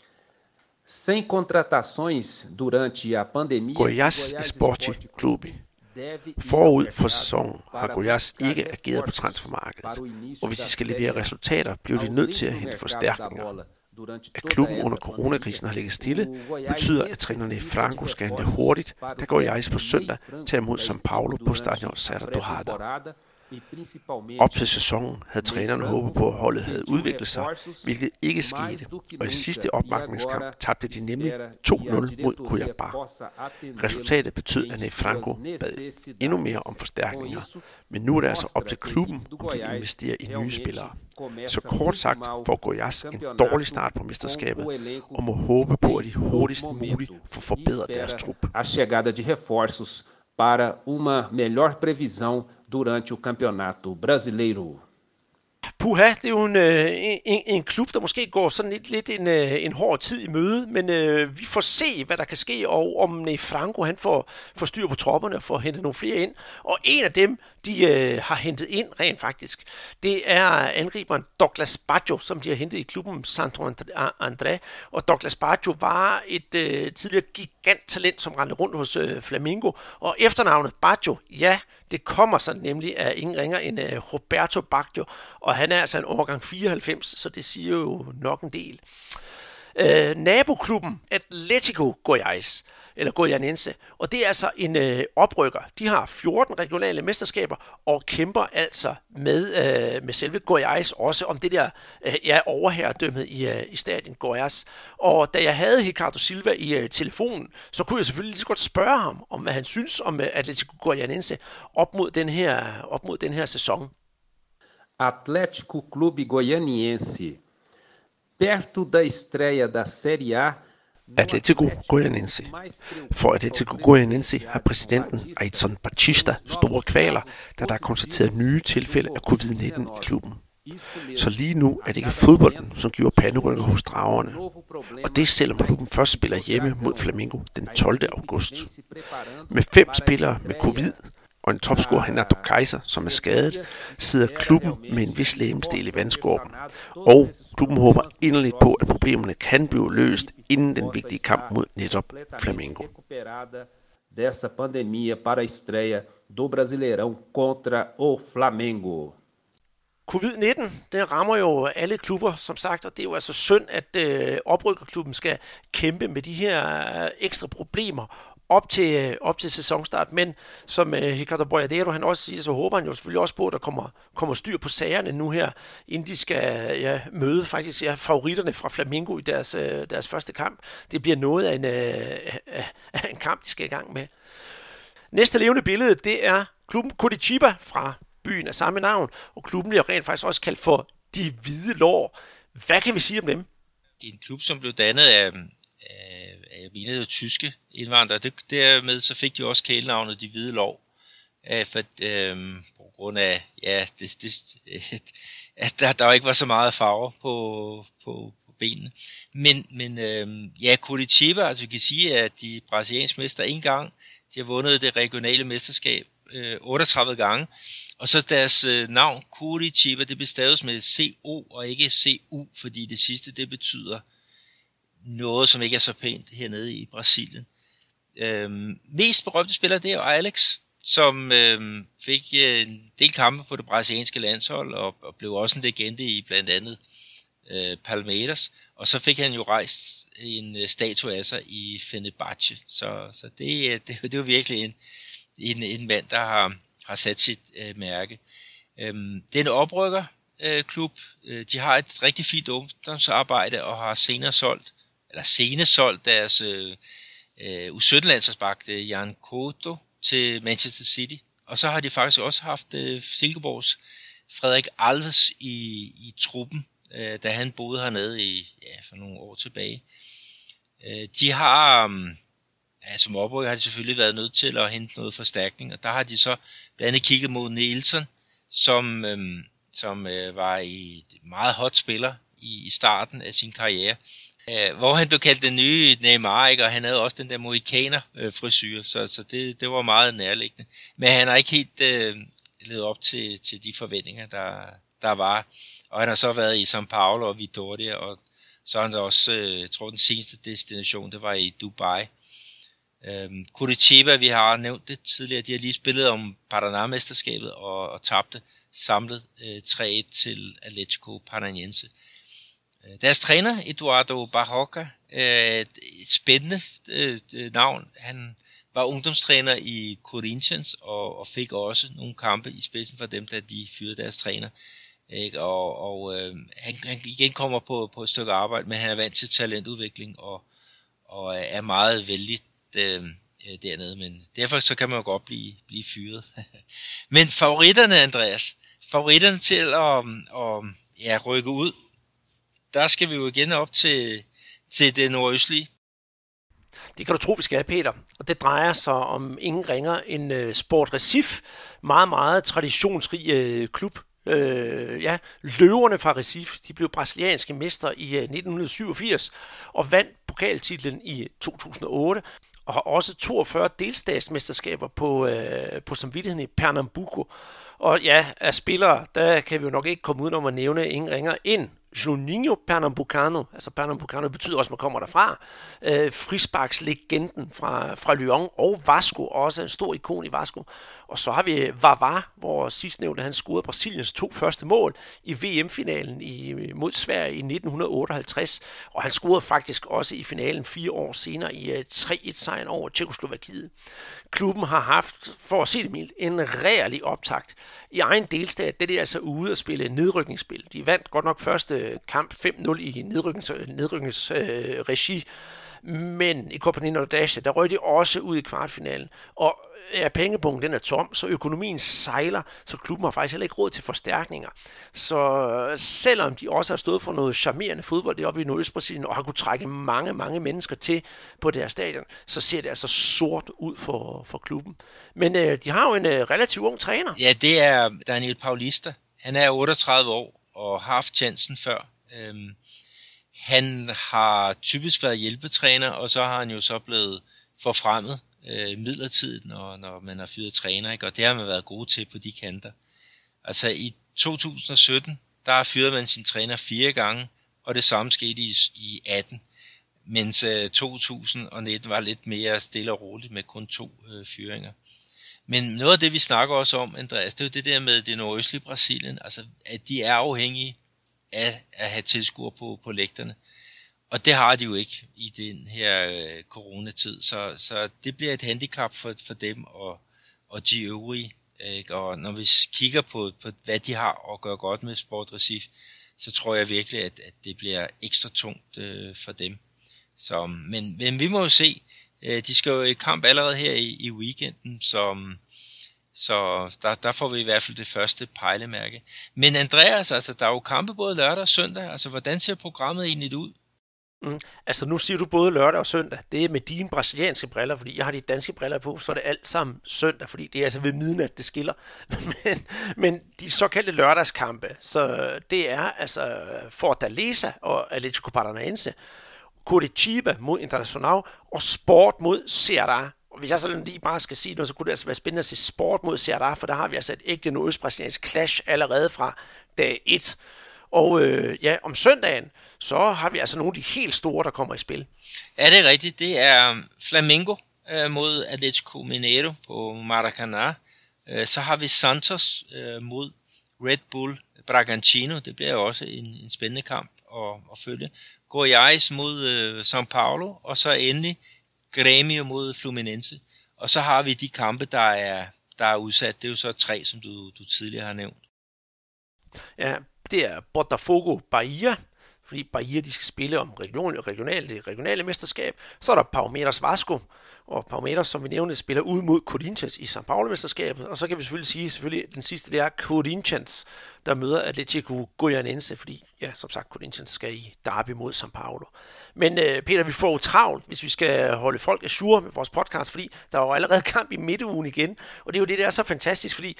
Sem contratações durante a pandemia. Goiás Esporte Clube. Forud for sæsonen har Goiás ikke ageret på transfermarkedet, og hvis de skal levere resultater, bliver de nødt til at hente forstærkninger. At klubben under coronakrisen har ligget stille, betyder, at trænerne Franco skal handle hurtigt, da Goiás på søndag tager imod São Paulo på stadion Serra Dourada. Op til sæsonen havde trænerne håbet på, at holdet havde udviklet sig, hvilket ikke skete, og i sidste opmærkningskamp tabte de nemlig 2-0 mod Cuiabá. Resultatet betød, at Franco bad endnu mere om forstærkninger, men nu er det altså op til klubben, om de investerer i nye spillere. Så kort sagt får Goiás en dårlig start på mesterskabet, og må håbe på, at de hurtigst muligt får forbedret deres trup. A chegada de reforços para uma melhor previsão durante o Campeonato Brasileiro. Puha, det er jo en klub, der måske går sådan lidt en hård tid i møde, men vi får se, hvad der kan ske, og om Franco han får styr på tropperne og får hentet nogle flere ind. Og en af dem, de har hentet ind rent faktisk, det er angriberen Douglas Baggio, som de har hentet i klubben Santo André. Og Douglas Baggio var et tidligere giganttalent, som rendte rundt hos Flamengo. Og efternavnet Baggio, ja, det kommer så nemlig af ingen ringer end Roberto Baggio, og han er altså en årgang 94, så det siger jo nok en del. Naboklubben Atlético Goiás, eller Goianense, og det er altså en oprykker. De har 14 regionale mesterskaber og kæmper altså med selve Goiás, også om det der overherredømmet i stadion Goiás. Og da jeg havde Ricardo Silva i telefonen, så kunne jeg selvfølgelig lige så godt spørge ham om, hvad han synes om Atlético Goianense op mod den her sæson. Atlético Clube Goianiense. Perto da estreia da Série A, Atlético Goianiense. For Atlético Goianiense har præsidenten Aitson Batista store kvaler, da der er konstateret nye tilfælde af covid-19 i klubben. Så lige nu er det ikke fodbolden, som giver panderykker hos dragerne. Og det selvom klubben først spiller hjemme mod Flamengo den 12. august. Med 5 spillere med covid og en topscorer Renato Kaiser, som er skadet, sidder klubben med en vis legemsdel i vandskorben. Og klubben håber inderligt på, at problemerne kan blive løst inden den vigtige kamp mod netop Flamengo. Dessa pandemia para a estreia do Brasileirão contra o Flamengo. Covid-19, den rammer jo alle klubber, som sagt, og det er jo altså synd, at oprykkerklubben skal kæmpe med de her ekstra problemer op til sæsonstart. Men som Ricardo Boyadero han også siger, så håber han jo selvfølgelig også på, at der kommer styr på sagerne nu her, inden de skal møde faktisk favoritterne fra Flamengo i deres første kamp. Det bliver noget af en kamp, de skal i gang med. Næste levende billede, det er klubben Curitiba fra byen af samme navn, og klubben bliver rent faktisk også kaldt for De Hvide Lår. Hvad kan vi sige om dem? En klub, som blev dannet af tyske indvandrere. Dermed så fik de også kælenavnet De Hvide Lår. På grund af, at der ikke var så meget farve på benene. Men Curitiba, altså vi kan sige, at de brasilianske mester en gang, de har vundet det regionale mesterskab 38 gange. Og så deres navn, Curitiba, det bestaves med CO og ikke CU, fordi det sidste, det betyder noget, som ikke er så pænt hernede i Brasilien. Mest berømte spiller, det er Alex, som fik en del kampe på det brasilianske landshold, og blev også en legende i blandt andet Palmeiras. Og så fik han jo rejst en statue af sig i Fenerbahce. Så det er jo virkelig en mand, der har sat sit mærke. Det er en oprykkerklub. De har et rigtig fint ungdomsarbejde og har senere solgt deres U17-landsholdsbak Jan Couto til Manchester City. Og så har de faktisk også haft Silkeborgs Frederik Alves i truppen, da han boede hernede for nogle år tilbage. De har som oprykker har de selvfølgelig været nødt til at hente noget forstærkning, og der har de så blandt andet kigget mod Nielsen, som var et meget hot spiller i starten af sin karriere, hvor han blev kaldt den nye Neymar, ikke? Og han havde også den der mohikaner-frisyre, så det var meget nærliggende. Men han har ikke helt levet op til de forventninger, der var. Og han har så været i São Paulo og Vitória, og så har han også, jeg tror den seneste destination, det var i Dubai. Curitiba, vi har nævnt det tidligere, de har lige spillet om Paraná-mesterskabet og tabte samlet 3-1 til Atlético Paranaense. Deres træner, Eduardo Barroca, et spændende navn. Han var ungdomstræner i Corinthians og fik også nogle kampe i spidsen for dem, da de fyrede deres træner. Han igen kommer på et stykke arbejde, men han er vant til talentudvikling og er meget vældig dernede, men derfor så kan man jo godt blive fyret. Men favoritterne, Andreas, til at rykke ud, der skal vi jo igen op til det nordøstlige. Det kan du tro, vi skal have, Peter. Og det drejer sig om ingen ringer end Sport Recife. Meget, meget traditionsrig klub. Løverne fra Recife, de blev brasilianske mester i 1987 og vandt pokaltitlen i 2008 og har også 42 delstatsmesterskaber på samvittigheden i Pernambuco. Og ja, af spillere, der kan vi jo nok ikke komme ud om at nævne ingen ringer end Juninho Pernambucano. Altså Pernambucano betyder også, at man kommer derfra. Frisparkslegenden fra Lyon og Vasco, også en stor ikon i Vasco. Og så har vi Vavá, hvor sidstnævnte han scorede Brasiliens 2 første mål i VM-finalen mod Sverige i 1958. Og han scorede faktisk også i finalen 4 år senere i 3-1-sejren over Tjekkoslovakiet. Klubben har haft, for at sige det mildt, en rærlig optakt. I egen delstat, det er altså ude at spille nedrykningsspil. De vandt godt nok første kamp 5-0 i nedrykningsregi, men i Copa Nordeste, der røg de også ud i kvartfinalen. Og pengepunkten den er tom, så økonomien sejler, så klubben har faktisk heller ikke råd til forstærkninger. Så selvom de også har stået for noget charmerende fodbold deroppe i Nordøstbrasilien, og har kunnet trække mange, mange mennesker til på deres stadion, så ser det altså sort ud for klubben. Men de har jo en relativt ung træner. Ja, det er Daniel Paulista. Han er 38 år og har haft chancen før. Han har typisk været hjælpetræner, og så har han jo så blevet forfremmet midlertidigt, når man har fyret træner, ikke? Og det har man været gode til på de kanter. Altså i 2017, der fyrede man sin træner 4 gange, og det samme skete i 18, mens 2019 var lidt mere stille og roligt med kun 2 fyringer. Men noget af det, vi snakker også om, Andreas, det er jo det der med det nordøstlige Brasilien, altså at de er afhængige af at have tilskuere på lægterne. Og det har de jo ikke i den her coronatid, så det bliver et handicap for dem og de øvrige. Ikke? Og når vi kigger på, hvad de har og gør godt med Sport Recife, så tror jeg virkelig, at det bliver ekstra tungt for dem. Så, men vi må jo se. De skal jo i kamp allerede her i weekenden, så der får vi i hvert fald det første pejlemærke. Men Andreas, altså, der er jo kampe både lørdag og søndag. Altså, hvordan ser programmet egentlig ud? Altså nu siger du både lørdag og søndag. Det er med dine brasilianske briller, fordi jeg har de danske briller på, så er det alt sammen søndag, fordi det er altså ved midnat, det skiller. men de såkaldte lørdagskampe, så det er altså Fortaleza og Atlético Paranaense, Curitiba mod Internacional og Sport mod Ceará. Og hvis jeg så lige bare skal sige noget, så kunne det altså være spændende at se Sport mod Ceará, for der har vi altså et ægte nordøstbrasiliansk clash allerede fra dag 1. Og om søndagen, så har vi altså nogle af de helt store, der kommer i spil. Ja, det er rigtigt. Det er Flamengo mod Atlético Mineiro på Maracanã. Så har vi Santos mod Red Bull Bragantino. Det bliver jo også en spændende kamp at følge. Goiás mod São Paulo, og så endelig Grêmio mod Fluminense. Og så har vi de kampe, der er udsat. Det er jo så 3, som du tidligere har nævnt. Ja, det er Botafogo Bahia, fordi Bahia de skal spille om regionale mesterskab. Så er der Palmeiras Vasco, og Palmeiras, som vi nævnte, spiller ud mod Corinthians i São Paulo-mesterskabet. Og så kan vi selvfølgelig den sidste, det er Corinthians, der møder Atlético Goianense, fordi, ja, som sagt, Corinthians skal i derby mod São Paulo. Men Peter, vi får jo travlt, hvis vi skal holde folk ajour med vores podcast, fordi der er jo allerede kamp i midtugen igen, og det er jo det, der er så fantastisk, fordi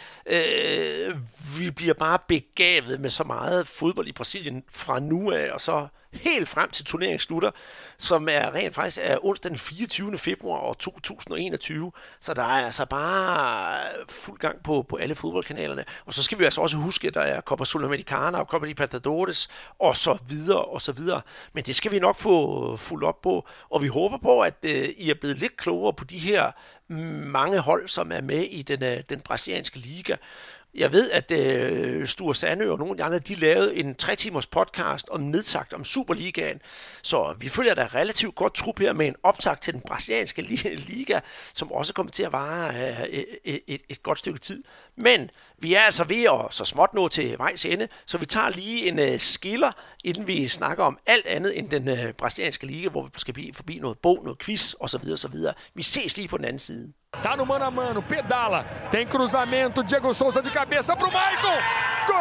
vi bliver bare begavet med så meget fodbold i Brasilien fra nu af, og så helt frem til turneringen slutter, som er rent faktisk onsdag den 24. februar år 2021. Så der er altså bare fuld gang på alle fodboldkanalerne. Og så skal vi altså også huske, at der er Copa Sul-Americana og Copa Libertadores og så videre og så videre. Men det skal vi nok få fuldt op på. Og vi håber på, at I er blevet lidt klogere på de her mange hold, som er med i den brasilianske liga. Jeg ved, at Sture Sandø og nogle af de andre, de lavede en 3-timers podcast om nedsagt om Superligaen. Så vi følger da relativt godt trup her med en optakt til den brasilianske liga, som også kommer til at vare et godt stykke tid. Men vi er altså ved at så småt nå til vejs ende, så vi tager lige en skiller, inden vi snakker om alt andet end den brasilianske liga, hvor vi skal blive forbi noget bog, noget quiz osv. osv. Vi ses lige på den anden side. Tá no mano a mano, pedala, tem cruzamento, Diego Souza de cabeça pro Maicon. Gol!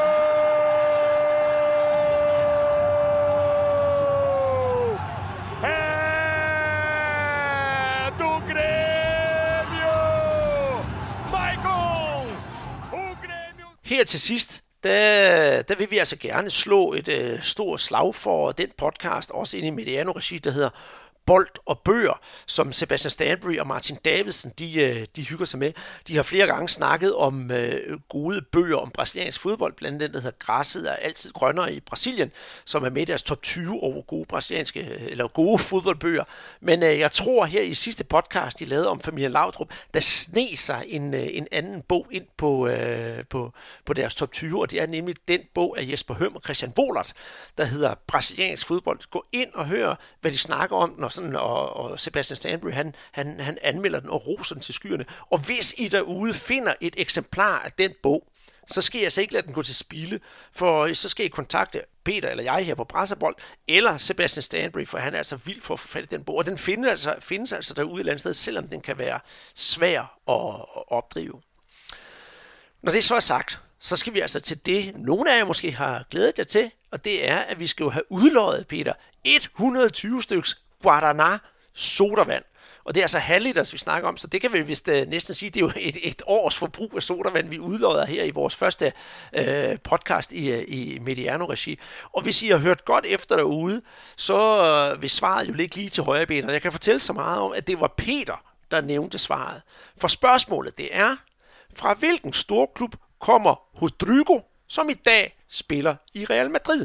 É do Grêmio! Maicon! O Grêmio! Her til sidst, der vil vi altså gerne slå et stort slag for den podcast, også inde i Mediano-regi, der hedder Bold og Bøger, som Sebastian Stanbury og Martin Davidsen, de hygger sig med. De har flere gange snakket om gode bøger om brasiliansk fodbold, blandt andet den, der hedder Græsset er altid grønnere i Brasilien, som er med i deres top 20 over gode fodboldbøger. Men jeg tror her i sidste podcast, de lavede om familien Laudrup, der sne sig en anden bog ind på deres top 20, og det er nemlig den bog af Jesper Høm og Christian Wohlert, der hedder Brasiliansk fodbold. Gå ind og hør, hvad de snakker om, når Pedersen og Sebastian Stanbury, han anmelder den og roser den til skyerne. Og hvis I derude finder et eksemplar af den bog, så skal jeg altså ikke lade den gå til spilde, for så skal I kontakte Peter eller jeg her på Brasserbold, eller Sebastian Stanbury, for han er altså vild for at få fat i den bog. Og den findes altså derude et eller andet sted, selvom den kan være svær at opdrive. Når det så er sagt, så skal vi altså til det, nogle af jer måske har glædet jer til, og det er, at vi skal jo have udløjet, Peter, 120 styks Guaraná sodavand. Og det er altså halvliters, vi snakker om, så det kan vi vist næsten sige, det er jo et års forbrug af sodavand, vi udlodder her i vores første podcast i Mediano-regi. Og hvis I har hørt godt efter derude, så vil svaret jo ligge lige til højre benet. Jeg kan fortælle så meget om, at det var Peter, der nævnte svaret. For spørgsmålet, det er, fra hvilken storklub kommer Rodrigo, som i dag spiller i Real Madrid?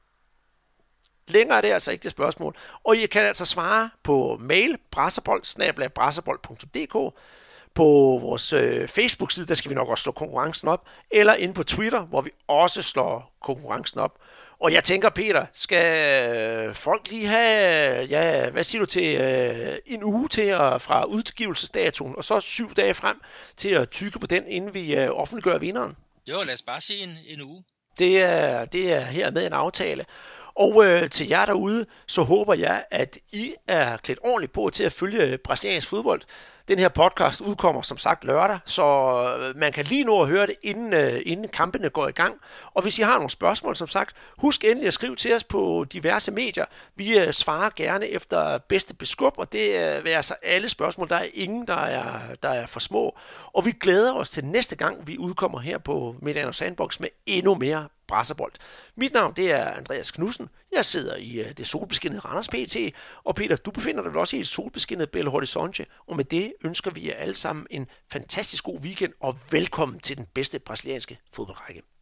Længere er det altså ikke det spørgsmål. Og I kan altså svare på mail brasserbold@brasserbold.dk, på vores Facebook-side, der skal vi nok også slå konkurrencen op, eller inde på Twitter, hvor vi også slår konkurrencen op. Og jeg tænker, Peter, skal folk lige have, hvad siger du til, en uge til fra udgivelsesdatoen, og så 7 dage frem til at tygge på den, inden vi offentliggør vinderen? Jo, lad os bare se en uge. Det er hermed en aftale. Og til jer derude, så håber jeg, at I er klædt ordentligt på til at følge brasiliansk fodbold. Den her podcast udkommer som sagt lørdag, så man kan lige nå at høre det, inden kampene går i gang. Og hvis I har nogle spørgsmål, som sagt, husk endelig at skrive til os på diverse medier. Vi svarer gerne efter bedste beskub, og det er altså alle spørgsmål. Der er ingen, der er for små. Og vi glæder os til næste gang, vi udkommer her på Mediano Sandbox med endnu mere Brasserbold. Mit navn, det er Andreas Knudsen. Jeg sidder i det solbeskinnede Randers PT, og Peter, du befinder dig også i et solbeskinnet Belo Horizonte, og med det ønsker vi jer alle sammen en fantastisk god weekend, og velkommen til den bedste brasilianske fodboldrække.